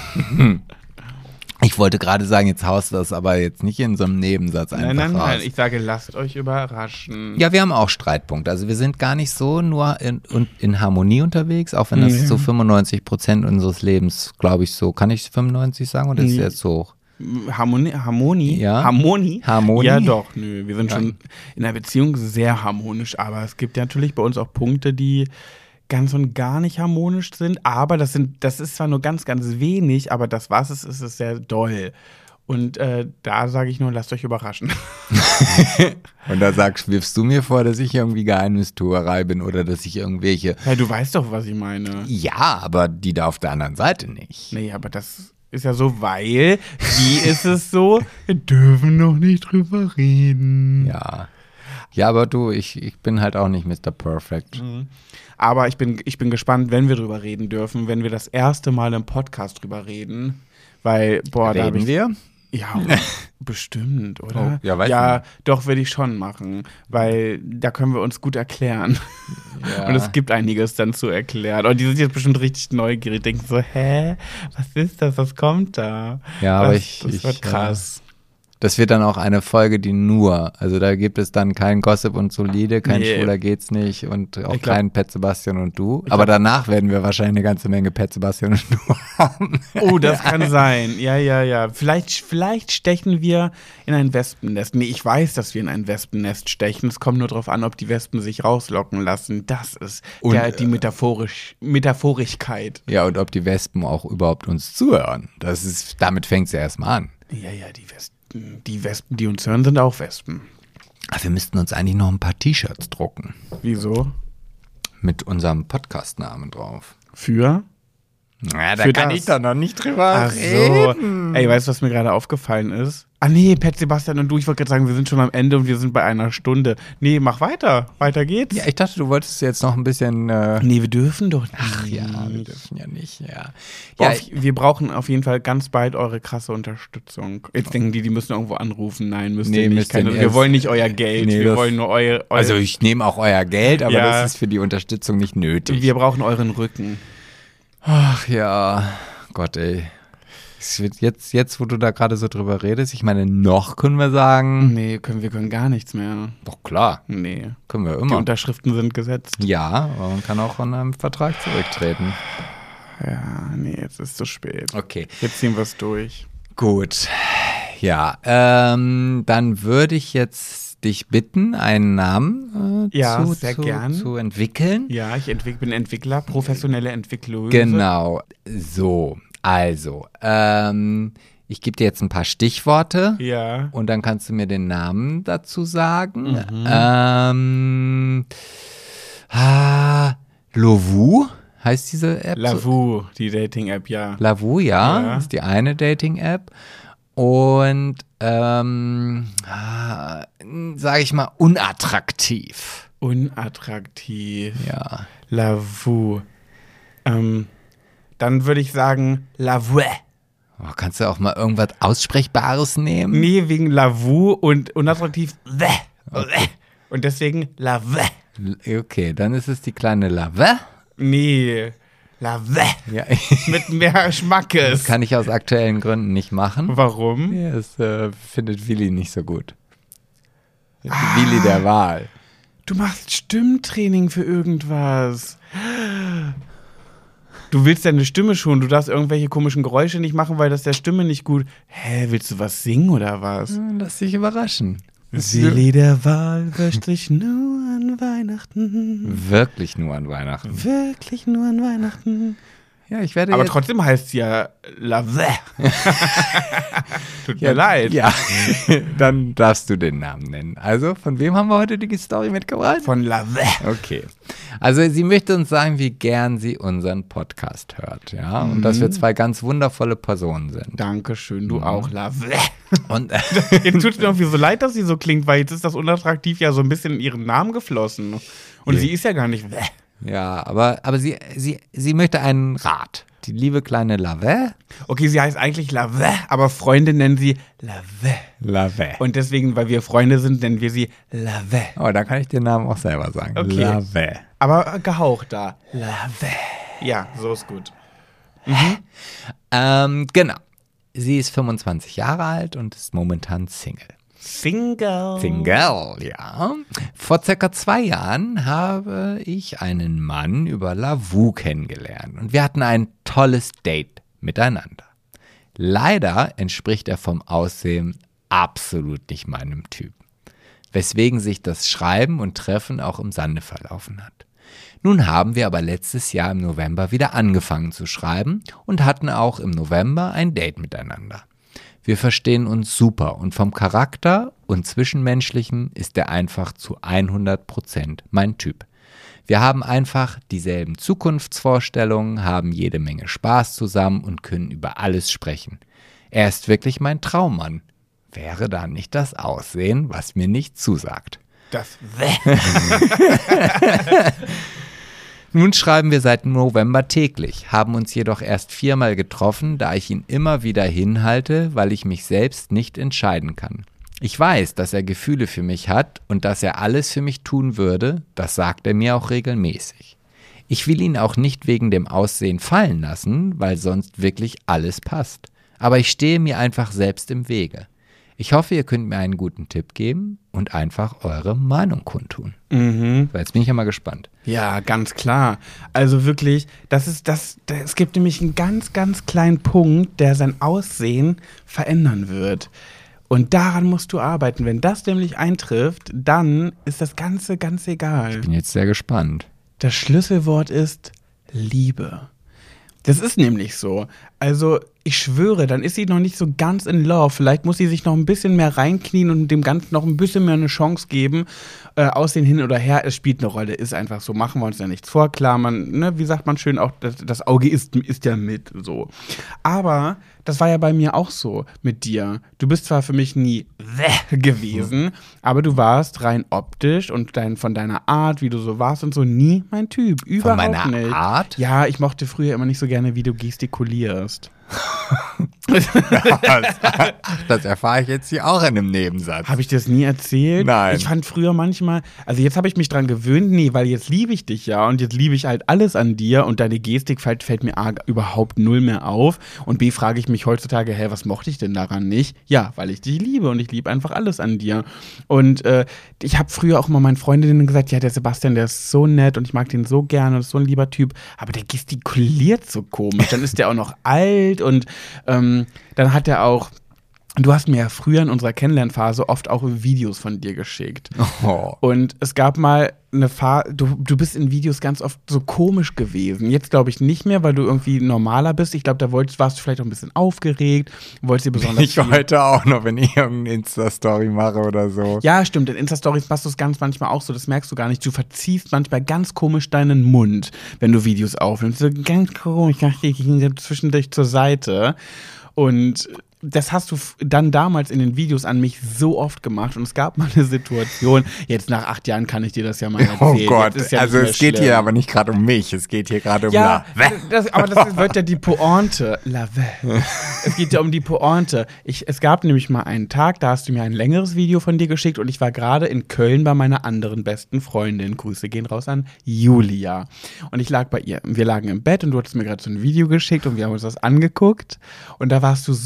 Ich wollte gerade sagen, jetzt haust du das aber jetzt nicht in so einem Nebensatz einfach Nein, nein, raus. nein, ich sage, lasst euch überraschen. Ja, wir haben auch Streitpunkte. Also wir sind gar nicht so nur in, in Harmonie unterwegs, auch wenn das Nee. so fünfundneunzig Prozent unseres Lebens, glaube ich, so. Kann ich fünfundneunzig sagen oder ist Nee. es jetzt hoch? Harmonie? Harmonie? Ja. Harmonie? Harmonie? Ja, doch, nö. Wir sind Ja. schon in einer Beziehung sehr harmonisch, aber es gibt ja natürlich bei uns auch Punkte, die ganz und gar nicht harmonisch sind, aber das sind, das ist zwar nur ganz, ganz wenig, aber das, was es ist, ist sehr doll. Und äh, da sage ich nur, lasst euch überraschen. Und da sagst, wirfst du mir vor, dass ich irgendwie Geheimnistuerei bin oder dass ich irgendwelche. Ja, du weißt doch, was ich meine. Ja, aber die da auf der anderen Seite nicht. Nee, aber das ist ja so, weil, wie ist es so? Wir dürfen noch nicht drüber reden. Ja. Ja, aber du, ich, ich bin halt auch nicht Mister Perfect. Aber ich bin, ich bin gespannt, wenn wir drüber reden dürfen, wenn wir das erste Mal im Podcast drüber reden. Weil, boah, da hab Reden ich, wir? Ja, bestimmt, oder? Oh, ja, weiß Ja, nicht. doch, würde ich schon machen. Weil da können wir uns gut erklären. Ja. Und es gibt einiges dann zu erklären. Und die sind jetzt bestimmt richtig neugierig, denken so, hä, was ist das, was kommt da? Ja, aber das, ich- Das ich, wird krass. Das wird dann auch eine Folge, die nur, also da gibt es dann kein Gossip und Solide, kein Nee. Schwuler geht's nicht und auch Ich glaub- kein Pet Sebastian und du. Aber danach werden wir wahrscheinlich eine ganze Menge Pet Sebastian und du haben. Oh, das kann sein. Ja, ja, ja. Vielleicht, vielleicht stechen wir in ein Wespennest. Nee, ich weiß, dass wir in ein Wespennest stechen. Es kommt nur darauf an, ob die Wespen sich rauslocken lassen. Das ist Und, der, die Metaphorisch, Metaphorigkeit. Ja, und ob die Wespen auch überhaupt uns zuhören. Das ist, damit fängt es ja erstmal an. Ja, ja, die Wespen, die Wespen, die uns hören, sind auch Wespen. Aber wir müssten uns eigentlich noch ein paar T-Shirts drucken. Wieso? Mit unserem Podcast-Namen drauf. Für? Ja, da Für kann das. ich doch noch nicht drüber Ach so. reden. Ey, weißt du, was mir gerade aufgefallen ist? Ah nee, Pet Sebastian und du, ich wollte gerade sagen, wir sind schon am Ende und wir sind bei einer Stunde. Nee, mach weiter. Weiter geht's. Ja, ich dachte, du wolltest jetzt noch ein bisschen. Äh Nee, wir dürfen doch nicht. Ach ja, wir dürfen ja nicht, ja. Boah, Ja, auf, wir brauchen auf jeden Fall ganz bald eure krasse Unterstützung. Jetzt denken die, die müssen irgendwo anrufen. Nein, müsst Nee, ihr nicht. müsst ihr Keine, nicht. wir wollen nicht euer Geld. Nee, wir das- wollen nur euer, euer also ich nehme auch euer Geld, aber Ja. das ist für die Unterstützung nicht nötig. wir brauchen euren Rücken. Ach ja, Gott ey. Es wird jetzt, jetzt, wo du da gerade so drüber redest, ich meine, noch können wir sagen. Nee, können, wir können gar nichts mehr. Doch klar, Nee. können wir Die immer. Unterschriften sind gesetzt. Ja, aber man kann auch von einem Vertrag zurücktreten. Ja, nee, jetzt ist zu spät. Okay. Jetzt ziehen wir es durch. Gut. Ja, ähm, dann würde ich jetzt dich bitten, einen Namen äh, Ja, zu, sehr zu, gern. zu entwickeln. Ja, ich entwick, bin Entwickler, professionelle Entwickler. Genau. So, also, ähm, ich gebe dir jetzt ein paar Stichworte. Ja. Und dann kannst du mir den Namen dazu sagen. Mhm. Ähm, ah, Lovoo heißt diese App. so? Lavu, die Dating-App, ja. Lavu, ja, Ja. ist die eine Dating-App. Und, ähm, ah, sage ich mal, unattraktiv. Unattraktiv. Ja. Lavu. Ähm, dann würde ich sagen Lavue. Oh, kannst du auch mal irgendwas Aussprechbares nehmen? Nee, wegen Lavu und unattraktiv. Okay. Und deswegen Lavue. L- Okay, dann ist es die kleine Lave. Nee, Lavue. Ja, Mit mehr Schmackes. kann ich aus aktuellen Gründen nicht machen. Warum? Ja, das äh, findet Willi nicht so gut. Ah. Willi der Wal. Du machst Stimmtraining für irgendwas. Du willst deine Stimme schon, du darfst irgendwelche komischen Geräusche nicht machen, weil das der Stimme nicht gut. Hä, willst du was singen oder was? Lass dich überraschen. Willi der Wal verstrich nur an Weihnachten. Wirklich nur an Weihnachten. Wirklich nur an Weihnachten. Ja, ich werde Aber jetzt trotzdem heißt es ja Lave. Tut mir ja, leid. Ja, dann darfst du den Namen nennen. Also, von wem haben wir heute die Story mitgebracht? Von Lave. Okay. Also, sie möchte uns sagen, wie gern sie unseren Podcast hört, ja, und Mhm. dass wir zwei ganz wundervolle Personen sind. Dankeschön, du Mhm. auch, Lave. Und Jetzt tut es mir irgendwie so leid, dass sie so klingt, weil jetzt ist das unattraktiv ja so ein bisschen in ihren Namen geflossen. Und Ja. sie ist ja gar nicht. ja, aber, aber sie, sie, sie möchte einen Rat. Die liebe kleine Lave. Okay, sie heißt eigentlich Lave, aber Freunde nennen sie Lave. Lave. Und deswegen, weil wir Freunde sind, nennen wir sie Lave. Oh, da kann ich den Namen auch selber sagen. Okay. Lave. Aber gehaucht da. Lave. Ja, so ist gut. Ähm, genau. Sie ist fünfundzwanzig Jahre alt und ist momentan Single. Single. Single, ja. Vor circa zwei Jahren habe ich einen Mann über Lavu kennengelernt und wir hatten ein tolles Date miteinander. Leider entspricht er vom Aussehen absolut nicht meinem Typ, weswegen sich das Schreiben und Treffen auch im Sande verlaufen hat. Nun haben wir aber letztes Jahr im November wieder angefangen zu schreiben und hatten auch im November ein Date miteinander. Wir verstehen uns super und vom Charakter und Zwischenmenschlichen ist er einfach zu hundert Prozent mein Typ. Wir haben einfach dieselben Zukunftsvorstellungen, haben jede Menge Spaß zusammen und können über alles sprechen. Er ist wirklich mein Traummann. Wäre da nicht das Aussehen, was mir nicht zusagt. Das. Nun schreiben wir seit November täglich, haben uns jedoch erst viermal getroffen, da ich ihn immer wieder hinhalte, weil ich mich selbst nicht entscheiden kann. Ich weiß, dass er Gefühle für mich hat und dass er alles für mich tun würde, das sagt er mir auch regelmäßig. Ich will ihn auch nicht wegen dem Aussehen fallen lassen, weil sonst wirklich alles passt. Aber ich stehe mir einfach selbst im Wege. Ich hoffe, ihr könnt mir einen guten Tipp geben und einfach eure Meinung kundtun. Mhm. Jetzt bin ich ja mal gespannt. Ja, ganz klar. Also wirklich, das ist das, das, es gibt nämlich einen ganz, ganz kleinen Punkt, der sein Aussehen verändern wird. Und daran musst du arbeiten. Wenn das nämlich eintrifft, dann ist das Ganze ganz egal. Bin jetzt sehr gespannt. Das Schlüsselwort ist Liebe. Das ist nämlich so. Also ich schwöre, dann ist sie noch nicht so ganz in love. Vielleicht muss sie sich noch ein bisschen mehr reinknien und dem Ganzen noch ein bisschen mehr eine Chance geben. Äh, Aussehen hin oder her, es spielt eine Rolle, ist einfach so. Machen wir uns ja nichts vor. Klar, man, ne, wie sagt man schön, auch das, das Auge ist, ist ja mit, so. Aber das war ja bei mir auch so mit dir. Du bist zwar für mich nie gewesen, aber du warst rein optisch und dein, von deiner Art, wie du so warst und so, nie mein Typ. Überhaupt Von meiner nicht. Art? Ja, ich mochte früher immer nicht so gerne, wie du gestikulierst. Das erfahre ich jetzt hier auch in einem Nebensatz. Habe ich dir das nie erzählt? Nein. Ich fand früher manchmal, also jetzt habe ich mich dran gewöhnt, nee, weil jetzt liebe ich dich ja und jetzt liebe ich halt alles an dir und deine Gestik fällt, fällt mir A, überhaupt null mehr auf und B, frage ich mich heutzutage, hä, was mochte ich denn daran nicht? Ja, weil ich dich liebe und ich liebe einfach alles an dir. Und äh, ich habe früher auch immer meinen Freundinnen gesagt, ja, der Sebastian, der ist so nett und ich mag den so gerne und ist so ein lieber Typ, aber der gestikuliert so komisch, dann ist der auch noch alt und ähm, dann hat er auch, du hast mir ja früher in unserer Kennenlernphase oft auch Videos von dir geschickt. Oh. Und es gab mal eine Phase, du, du bist in Videos ganz oft so komisch gewesen. Jetzt glaube ich nicht mehr, weil du irgendwie normaler bist. Ich glaube, da wolltest, warst du vielleicht auch ein bisschen aufgeregt, wolltest dir besonders Ich heute auch noch, wenn ich irgendeine Insta-Story mache oder so. Ja, stimmt. In Insta-Stories machst du es ganz manchmal auch so, das merkst du gar nicht. Du verziehst manchmal ganz komisch deinen Mund, wenn du Videos aufnimmst. So ganz komisch, ich gehe zwischendurch zur Seite. Und das hast du f- dann damals in den Videos an mich so oft gemacht und es gab mal eine Situation, jetzt nach acht Jahren kann ich dir das ja mal erzählen. Oh Gott, Jetzt ist ja also nicht mehr es geht schlimm. hier aber nicht gerade um mich, es geht hier gerade um Ja, La. das, aber das wird ja die Pointe. La Es geht ja um die Pointe. Ich, es gab nämlich mal einen Tag, da hast du mir ein längeres Video von dir geschickt und ich war gerade in Köln bei meiner anderen besten Freundin. Grüße gehen raus an Julia. Und ich lag bei ihr. Wir lagen im Bett und du hattest mir gerade so ein Video geschickt und wir haben uns das angeguckt. Und da warst du so doll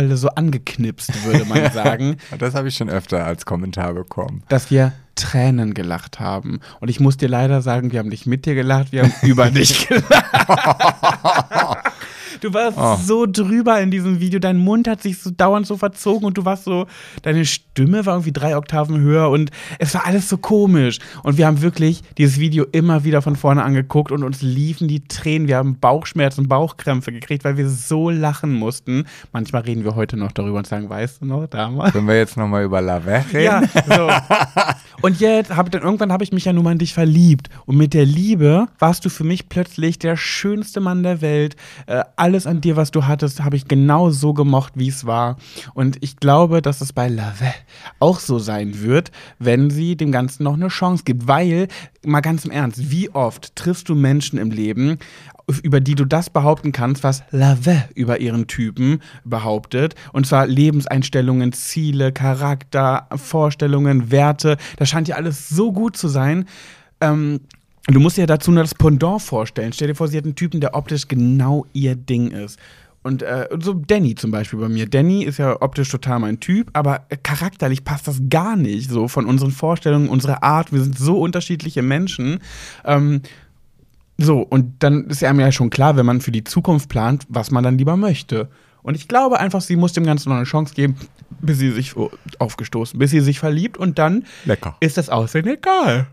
doll so angeknipst, würde man sagen. Das habe ich schon öfter als Kommentar bekommen. Dass wir Tränen gelacht haben. Und ich muss dir leider sagen, wir haben nicht mit dir gelacht, wir haben über dich gelacht. Du warst oh. so drüber in diesem Video, dein Mund hat sich so dauernd so verzogen und du warst so, deine Stimme war irgendwie drei Oktaven höher und es war alles so komisch. Und wir haben wirklich dieses Video immer wieder von vorne angeguckt und uns liefen die Tränen. Wir haben Bauchschmerzen, Bauchkrämpfe gekriegt, weil wir so lachen mussten. Manchmal reden wir heute noch darüber und sagen, weißt du noch, damals? Können wir jetzt nochmal über Lavelle reden? Ja, so. Und jetzt, hab, dann irgendwann habe ich mich ja nun mal in dich verliebt. Und mit der Liebe warst du für mich plötzlich der schönste Mann der Welt. Äh, alles an dir, was du hattest, habe ich genau so gemocht, wie es war. Und ich glaube, dass es bei Lavelle auch so sein wird, wenn sie dem Ganzen noch eine Chance gibt. Weil, mal ganz im Ernst, wie oft triffst du Menschen im Leben, über die du das behaupten kannst, was Lavelle über ihren Typen behauptet. Und zwar Lebenseinstellungen, Ziele, Charakter, Vorstellungen, Werte. Das scheint ja alles so gut zu sein. Ähm, du musst dir dazu nur das Pendant vorstellen. Stell dir vor, sie hat einen Typen, der optisch genau ihr Ding ist. Und äh, so Danny zum Beispiel bei mir. Danny ist ja optisch total mein Typ, aber charakterlich passt das gar nicht. So von unseren Vorstellungen, unserer Art. Wir sind so unterschiedliche Menschen. Ähm, So, und dann ist einem ja schon klar, wenn man für die Zukunft plant, was man dann lieber möchte. Und ich glaube einfach, sie muss dem Ganzen noch eine Chance geben, bis sie sich aufgestoßen, bis sie sich verliebt und dann Lecker. Ist das Aussehen egal.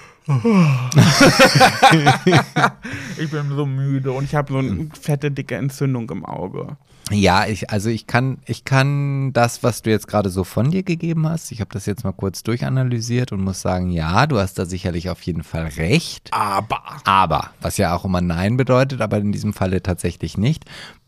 Ich bin so müde und ich habe so eine fette, dicke Entzündung im Auge. Ja, ich, also ich kann, ich kann das, was du jetzt gerade so von dir gegeben hast, ich habe das jetzt mal kurz durchanalysiert und muss sagen, ja, du hast da sicherlich auf jeden Fall recht. Aber. Aber, was ja auch immer Nein bedeutet, aber in diesem Falle tatsächlich nicht.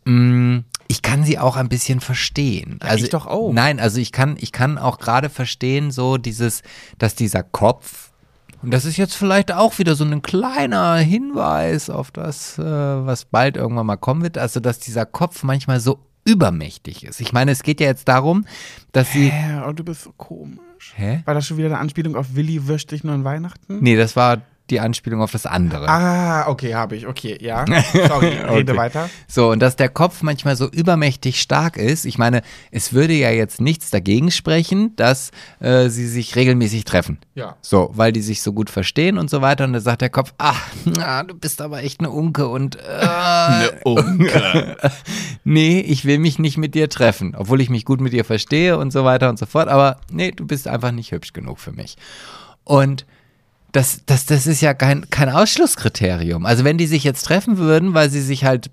Ich kann sie auch ein bisschen verstehen. Ja, also, ich doch auch. Nein, also ich kann, ich kann auch gerade verstehen, so dieses, dass dieser Kopf, und das ist jetzt vielleicht auch wieder so ein kleiner Hinweis auf das, äh, was bald irgendwann mal kommen wird, also dass dieser Kopf manchmal so übermächtig ist. Ich meine, es geht ja jetzt darum, dass sie... Hä, oh, du bist so komisch. Hä? War das schon wieder eine Anspielung auf Willi wünscht dich nur an Weihnachten? Nee, das war die Anspielung auf das andere. Ah, okay, habe ich. Okay, ja. Sorry, rede Okay. weiter. So, und dass der Kopf manchmal so übermächtig stark ist. Ich meine, es würde ja jetzt nichts dagegen sprechen, dass äh, sie sich regelmäßig treffen. Ja. So, weil die sich so gut verstehen und so weiter. Und dann sagt der Kopf, ach, na, du bist aber echt eine Unke und äh, Eine Unke. nee, ich will mich nicht mit dir treffen, obwohl ich mich gut mit dir verstehe und so weiter und so fort. Aber nee, du bist einfach nicht hübsch genug für mich. Und Das, das, das ist ja kein, kein Ausschlusskriterium. Also wenn die sich jetzt treffen würden, weil sie sich halt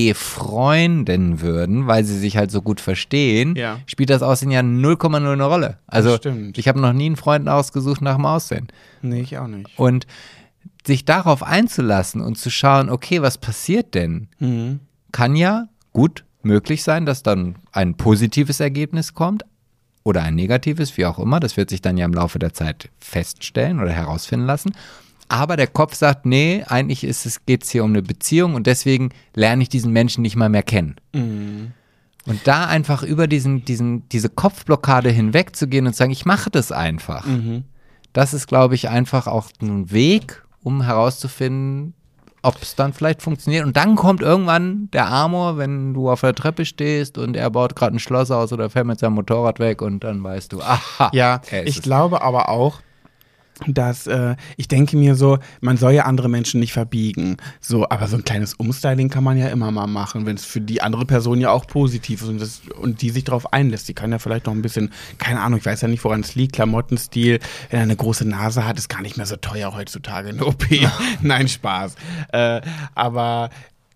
befreunden würden, weil sie sich halt so gut verstehen, Ja. spielt das Aussehen ja null Komma null eine Rolle. Also Das stimmt. ich habe noch nie einen Freund ausgesucht nach dem Aussehen. Nee, ich auch nicht. Und sich darauf einzulassen und zu schauen, okay, was passiert denn, Mhm. kann ja gut möglich sein, dass dann ein positives Ergebnis kommt. Oder ein negatives, wie auch immer. Das wird sich dann ja im Laufe der Zeit feststellen oder herausfinden lassen. Aber der Kopf sagt, nee, eigentlich ist es, geht es hier um eine Beziehung und deswegen lerne ich diesen Menschen nicht mal mehr kennen. Mhm. Und da einfach über diesen, diesen, diese Kopfblockade hinwegzugehen und zu sagen, ich mache das einfach. Mhm. Das ist, glaube ich, einfach auch ein Weg, um herauszufinden, ob es dann vielleicht funktioniert. Und dann kommt irgendwann der Amor, wenn du auf der Treppe stehst und er baut gerade ein Schloss aus oder fährt mit seinem Motorrad weg und dann weißt du, aha. Ja, er ist ich es. glaube aber auch, dass äh, ich denke mir so, man soll ja andere Menschen nicht verbiegen. So, aber so ein kleines Umstyling kann man ja immer mal machen, wenn es für die andere Person ja auch positiv ist und, das, und die sich darauf einlässt. Die kann ja vielleicht noch ein bisschen, keine Ahnung, ich weiß ja nicht, woran es liegt, Klamottenstil, wenn er eine große Nase hat, ist gar nicht mehr so teuer heutzutage in der O P. Nein, Spaß. Äh, aber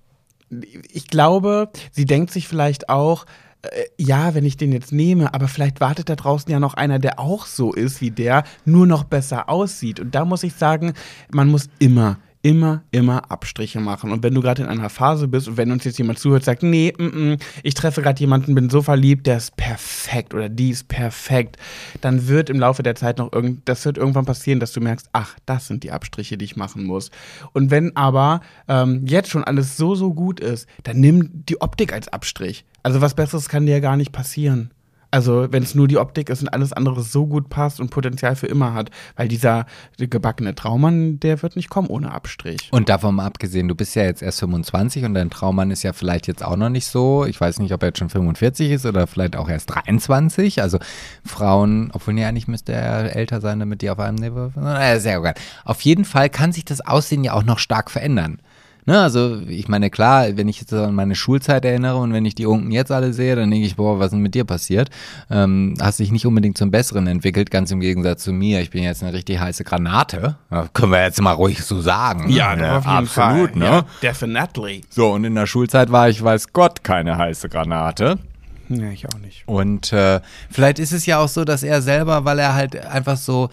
ich glaube, sie denkt sich vielleicht auch, äh, ja, wenn ich den jetzt nehme, aber vielleicht wartet da draußen ja noch einer, der auch so ist wie der, nur noch besser aussieht. Und da muss ich sagen, man muss immer, immer, immer Abstriche machen. Und wenn du gerade in einer Phase bist und wenn uns jetzt jemand zuhört, sagt, nee, mm, mm, ich treffe gerade jemanden, bin so verliebt, der ist perfekt oder die ist perfekt, dann wird im Laufe der Zeit noch irgend, das wird irgendwann passieren, dass du merkst, ach, das sind die Abstriche, die ich machen muss. Und wenn aber ähm, jetzt schon alles so, so gut ist, dann nimm die Optik als Abstrich. Also was Besseres kann dir ja gar nicht passieren. Also, wenn es nur die Optik ist und alles andere so gut passt und Potenzial für immer hat. Weil dieser gebackene Traummann, der wird nicht kommen ohne Abstrich. Und davon mal abgesehen, du bist ja jetzt erst fünfundzwanzig und dein Traummann ist ja vielleicht jetzt auch noch nicht so. Ich weiß nicht, ob er jetzt schon fünfundvierzig ist oder vielleicht auch erst dreiundzwanzig. Also Frauen, obwohl nee, eigentlich müsste er älter sein, damit die auf einem Niveau. Äh, sehr gut. Auf jeden Fall kann sich das Aussehen ja auch noch stark verändern. Ne, also ich meine, klar, wenn ich jetzt an meine Schulzeit erinnere und wenn ich die Unken jetzt alle sehe, dann denke ich, boah, was ist denn mit dir passiert? Ähm, hast dich nicht unbedingt zum Besseren entwickelt, ganz im Gegensatz zu mir. Ich bin jetzt eine richtig heiße Granate. Ja, können wir jetzt mal ruhig so sagen. Ja, ja auf jeden absolut, Fall. Ne? Ja, definitely. So, und in der Schulzeit war ich, weiß Gott, keine heiße Granate. Ja, ich auch nicht. Und äh, vielleicht ist es ja auch so, dass er selber, weil er halt einfach so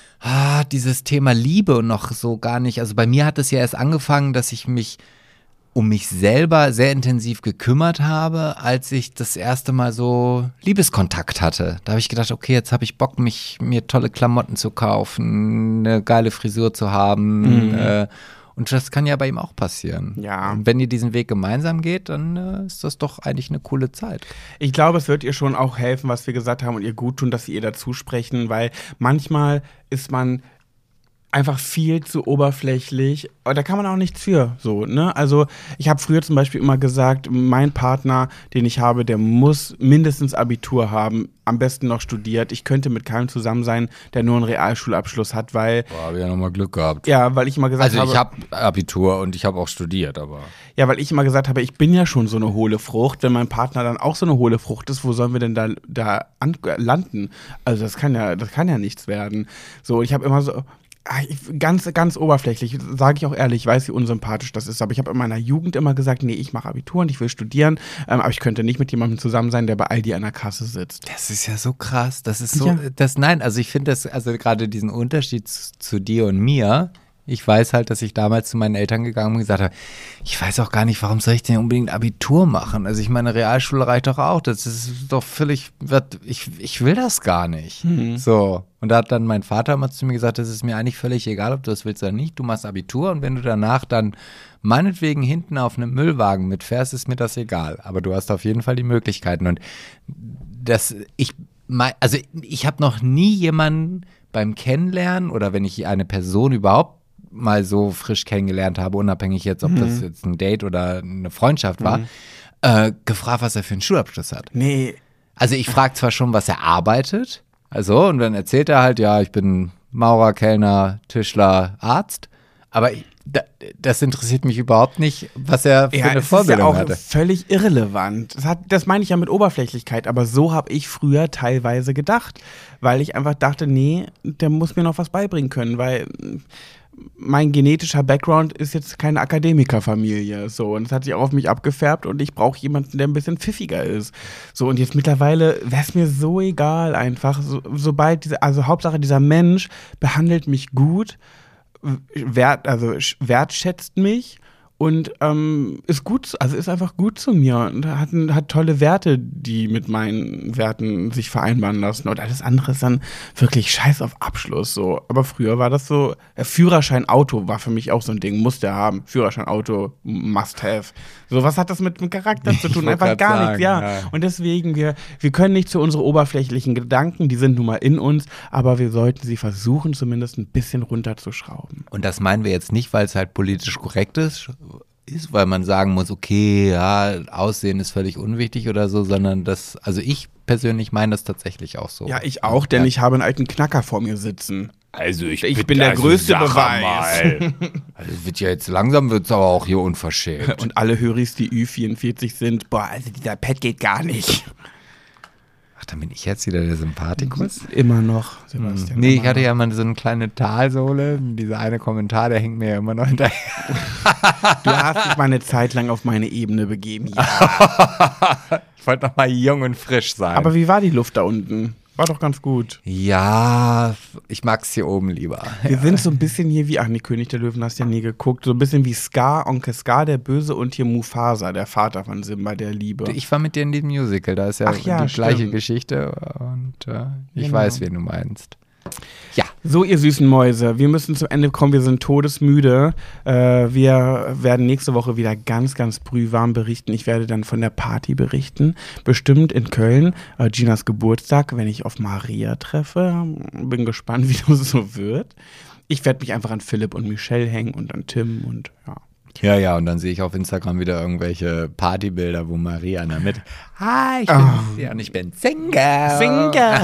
Ah, dieses Thema Liebe noch so gar nicht, also bei mir hat es ja erst angefangen, dass ich mich um mich selber sehr intensiv gekümmert habe, als ich das erste Mal so Liebeskontakt hatte. Da habe ich gedacht, okay, jetzt habe ich Bock, mich mir tolle Klamotten zu kaufen, eine geile Frisur zu haben. Mhm. Äh, und das kann ja bei ihm auch passieren. Ja. Und wenn ihr diesen Weg gemeinsam geht, dann äh, ist das doch eigentlich eine coole Zeit. Ich glaube, es wird ihr schon auch helfen, was wir gesagt haben und ihr gut tun, dass sie ihr dazu sprechen, weil manchmal ist man einfach viel zu oberflächlich. Aber da kann man auch nichts für, so, ne? Also ich habe früher zum Beispiel immer gesagt, mein Partner, den ich habe, der muss mindestens Abitur haben, am besten noch studiert. Ich könnte mit keinem zusammen sein, der nur einen Realschulabschluss hat, weil Boah, habe ich ja nochmal Glück gehabt. Ja, weil ich immer gesagt also habe... Also ich habe Abitur und ich habe auch studiert, aber... Ja, weil ich immer gesagt habe, ich bin ja schon so eine hohle Frucht. Wenn mein Partner dann auch so eine hohle Frucht ist, wo sollen wir denn da, da an, landen? Also das kann ja, das kann ja nichts werden. So, ich habe immer so... Ganz, ganz oberflächlich, sage ich auch ehrlich, ich weiß, wie unsympathisch das ist, aber ich habe in meiner Jugend immer gesagt, nee, ich mache Abitur und ich will studieren, ähm, aber ich könnte nicht mit jemandem zusammen sein, der bei Aldi an der Kasse sitzt. Das ist ja so krass, das ist so, ja. das, nein, also ich finde das, also gerade diesen Unterschied zu, zu dir und mir, ich weiß halt, dass ich damals zu meinen Eltern gegangen bin und gesagt habe, ich weiß auch gar nicht, warum soll ich denn unbedingt Abitur machen? Also ich meine, Realschule reicht doch auch, das ist doch völlig, ich, ich will das gar nicht. Mhm. So, und da hat dann mein Vater mal zu mir gesagt, das ist mir eigentlich völlig egal, ob du das willst oder nicht, du machst Abitur und wenn du danach dann meinetwegen hinten auf einem Müllwagen mitfährst, ist mir das egal, aber du hast auf jeden Fall die Möglichkeiten und das, ich, also ich habe noch nie jemanden beim Kennenlernen oder wenn ich eine Person überhaupt mal so frisch kennengelernt habe, unabhängig jetzt, ob mhm. das jetzt ein Date oder eine Freundschaft war, mhm. äh, gefragt, was er für einen Schulabschluss hat. Nee. Also ich frage zwar schon, was er arbeitet, also und dann erzählt er halt, ja, ich bin Maurer, Kellner, Tischler, Arzt, aber ich, da, das interessiert mich überhaupt nicht, was er für ja, eine Vorbildung hatte. hatte. Das ist ja auch völlig irrelevant. Das, hat, das meine ich ja mit Oberflächlichkeit, aber so habe ich früher teilweise gedacht, weil ich einfach dachte, nee, der muss mir noch was beibringen können, weil mein genetischer Background ist jetzt keine Akademikerfamilie, so, und es hat sich auch auf mich abgefärbt und ich brauche jemanden, der ein bisschen pfiffiger ist, so, und jetzt mittlerweile wäre es mir so egal einfach, so, sobald diese, also Hauptsache dieser Mensch behandelt mich gut, wert, also wertschätzt mich und ähm, ist gut, also ist einfach gut zu mir und hat, hat tolle Werte, die mit meinen Werten sich vereinbaren lassen. Und alles andere ist dann wirklich scheiß auf Abschluss. So. Aber früher war das so, der Führerschein Auto war für mich auch so ein Ding, musste er haben. Führerschein Auto, must have. So, was hat das mit dem Charakter zu tun? Einfach gar sagen, nichts, ja. ja. Und deswegen, wir, wir können nicht zu unseren oberflächlichen Gedanken, die sind nun mal in uns, aber wir sollten sie versuchen, zumindest ein bisschen runterzuschrauben. Und das meinen wir jetzt nicht, weil es halt politisch korrekt ist, ist, weil man sagen muss, okay, ja, Aussehen ist völlig unwichtig oder so, sondern das, also ich persönlich meine das tatsächlich auch so. Ja, ich auch, denn ja. ich habe einen alten Knacker vor mir sitzen. Also ich, ich bin der also größte Beweis. Also wird ja jetzt langsam, wird es aber auch hier unverschämt. Und alle Höris, die Ü vierundvierzig sind, boah, also dieser Pet geht gar nicht. Ach, dann bin ich jetzt wieder der Sympathikus? Immer noch, Sebastian. Hm. Nee, ich hatte ja mal so eine kleine Talsohle. Dieser eine Kommentar, der hängt mir ja immer noch hinterher. Du hast dich mal eine Zeit lang auf meine Ebene begeben. Ja. Ich wollte noch mal jung und frisch sein. Aber wie war die Luft da unten? War doch ganz gut. Ja, ich mag's hier oben lieber. Wir ja. sind so ein bisschen hier wie, ach nee, König der Löwen hast ja nie geguckt, so ein bisschen wie Scar, Onkel Scar, der Böse, und hier Mufasa, der Vater von Simba, der Liebe. Ich war mit dir in dem Musical, da ist ja, ach ja die stimmt. gleiche Geschichte und äh, ich genau. weiß, wen du meinst. Ja. So, ihr süßen Mäuse, wir müssen zum Ende kommen, wir sind todesmüde. Äh, wir werden nächste Woche wieder ganz, ganz brühwarm berichten. Ich werde dann von der Party berichten, bestimmt in Köln, äh, Ginas Geburtstag, wenn ich auf Maria treffe. Bin gespannt, wie das so wird. Ich werde mich einfach an Philipp und Michelle hängen und an Tim und ja. Ja, ja, und dann sehe ich auf Instagram wieder irgendwelche Partybilder, wo Maria in der Mitte. Hi, ich bin Oh. ja, und ich bin Single. Single.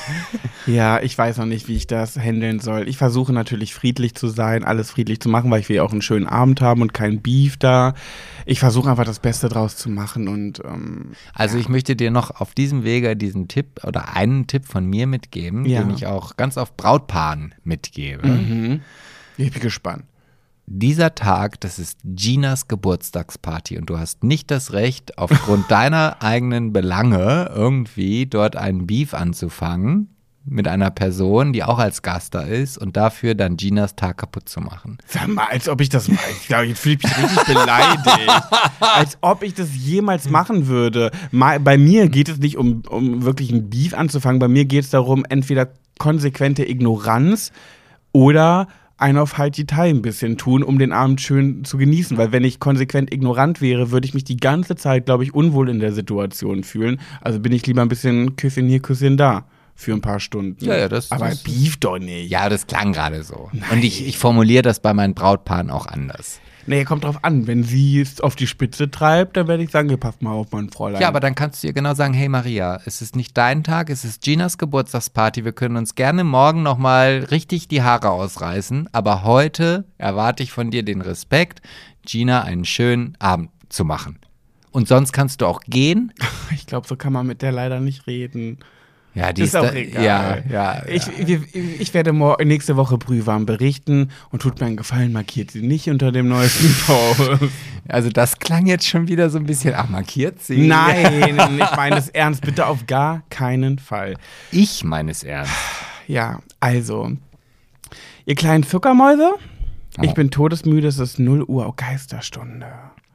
Ja, ich weiß noch nicht, wie ich das handeln soll. Ich versuche natürlich friedlich zu sein, alles friedlich zu machen, weil ich will ja auch einen schönen Abend haben und kein Beef da. Ich versuche einfach das Beste draus zu machen und ähm, Also ich möchte dir noch auf diesem Wege diesen Tipp oder einen Tipp von mir mitgeben, Ja. den ich auch ganz oft Brautpaaren mitgebe. mhm. Ich bin gespannt. Dieser Tag, das ist Ginas Geburtstagsparty und du hast nicht das Recht, aufgrund deiner eigenen Belange irgendwie dort einen Beef anzufangen mit einer Person, die auch als Gast da ist und dafür dann Ginas Tag kaputt zu machen. Sag mal, als ob ich das mache. Ich glaube, jetzt fühle ich mich richtig beleidigt. Als ob ich das jemals machen würde. Mal, bei mir geht es nicht um, um wirklich einen Beef anzufangen. Bei mir geht es darum, entweder konsequente Ignoranz oder ein auf halt die Teil ein bisschen tun, um den Abend schön zu genießen. Weil wenn ich konsequent ignorant wäre, würde ich mich die ganze Zeit, glaube ich, unwohl in der Situation fühlen. Also bin ich lieber ein bisschen Küsschen hier, Küsschen da für ein paar Stunden. Ja, ja, das- Aber das- Beef doch nicht. Ja, das klang gerade so. Und ich, ich formuliere das bei meinen Brautpaaren auch anders. Nee, kommt drauf an. Wenn sie es auf die Spitze treibt, dann werde ich sagen, ihr passt mal auf, mein Fräulein. Ja, aber dann kannst du ihr genau sagen, hey Maria, es ist nicht dein Tag, es ist Ginas Geburtstagsparty, wir können uns gerne morgen nochmal richtig die Haare ausreißen, aber heute erwarte ich von dir den Respekt, Gina einen schönen Abend zu machen. Und sonst kannst du auch gehen. Ich glaube, so kann man mit der leider nicht reden. Ja, die Ist ist, auch da, egal. Ja, ja, Ich, ja. wir, ich werde mor- nächste Woche brühwarm berichten und tut mir einen Gefallen, markiert sie nicht unter dem neuesten Post. Also das klang jetzt schon wieder so ein bisschen, ach, markiert sie? Nein, ich meine es ernst. Bitte auf gar keinen Fall. Ich meine es ernst. Ja, also, ihr kleinen Zuckermäuse, ich Oh. bin todesmüde, es ist null Uhr, oh, Geisterstunde.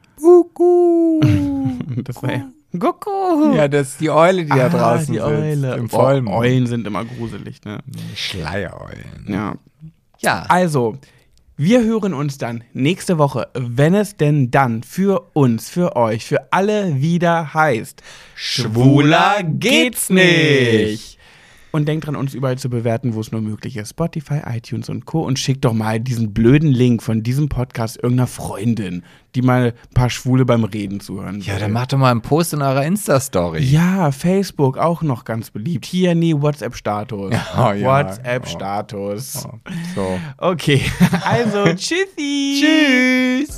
Das war ja. Kuckuck. Ja, das ist die Eule, die da draußen die sitzt. Eule. Im Oh, Vollmond. Eulen sind immer gruselig, ne? Schleiereulen. Ja. Ja. Also, wir hören uns dann nächste Woche, wenn es denn dann für uns, für euch, für alle wieder heißt: Schwuler geht's nicht. Und denkt dran, uns überall zu bewerten, wo es nur möglich ist. Spotify, iTunes und Co. Und schickt doch mal diesen blöden Link von diesem Podcast irgendeiner Freundin, die mal ein paar Schwule beim Reden zuhören Ja, will. dann macht doch mal einen Post in eurer Insta-Story. Ja, Facebook auch noch ganz beliebt. Hier, nee, WhatsApp-Status. Ja, ja. WhatsApp-Status. So. Okay, also tschüssi. Tschüss.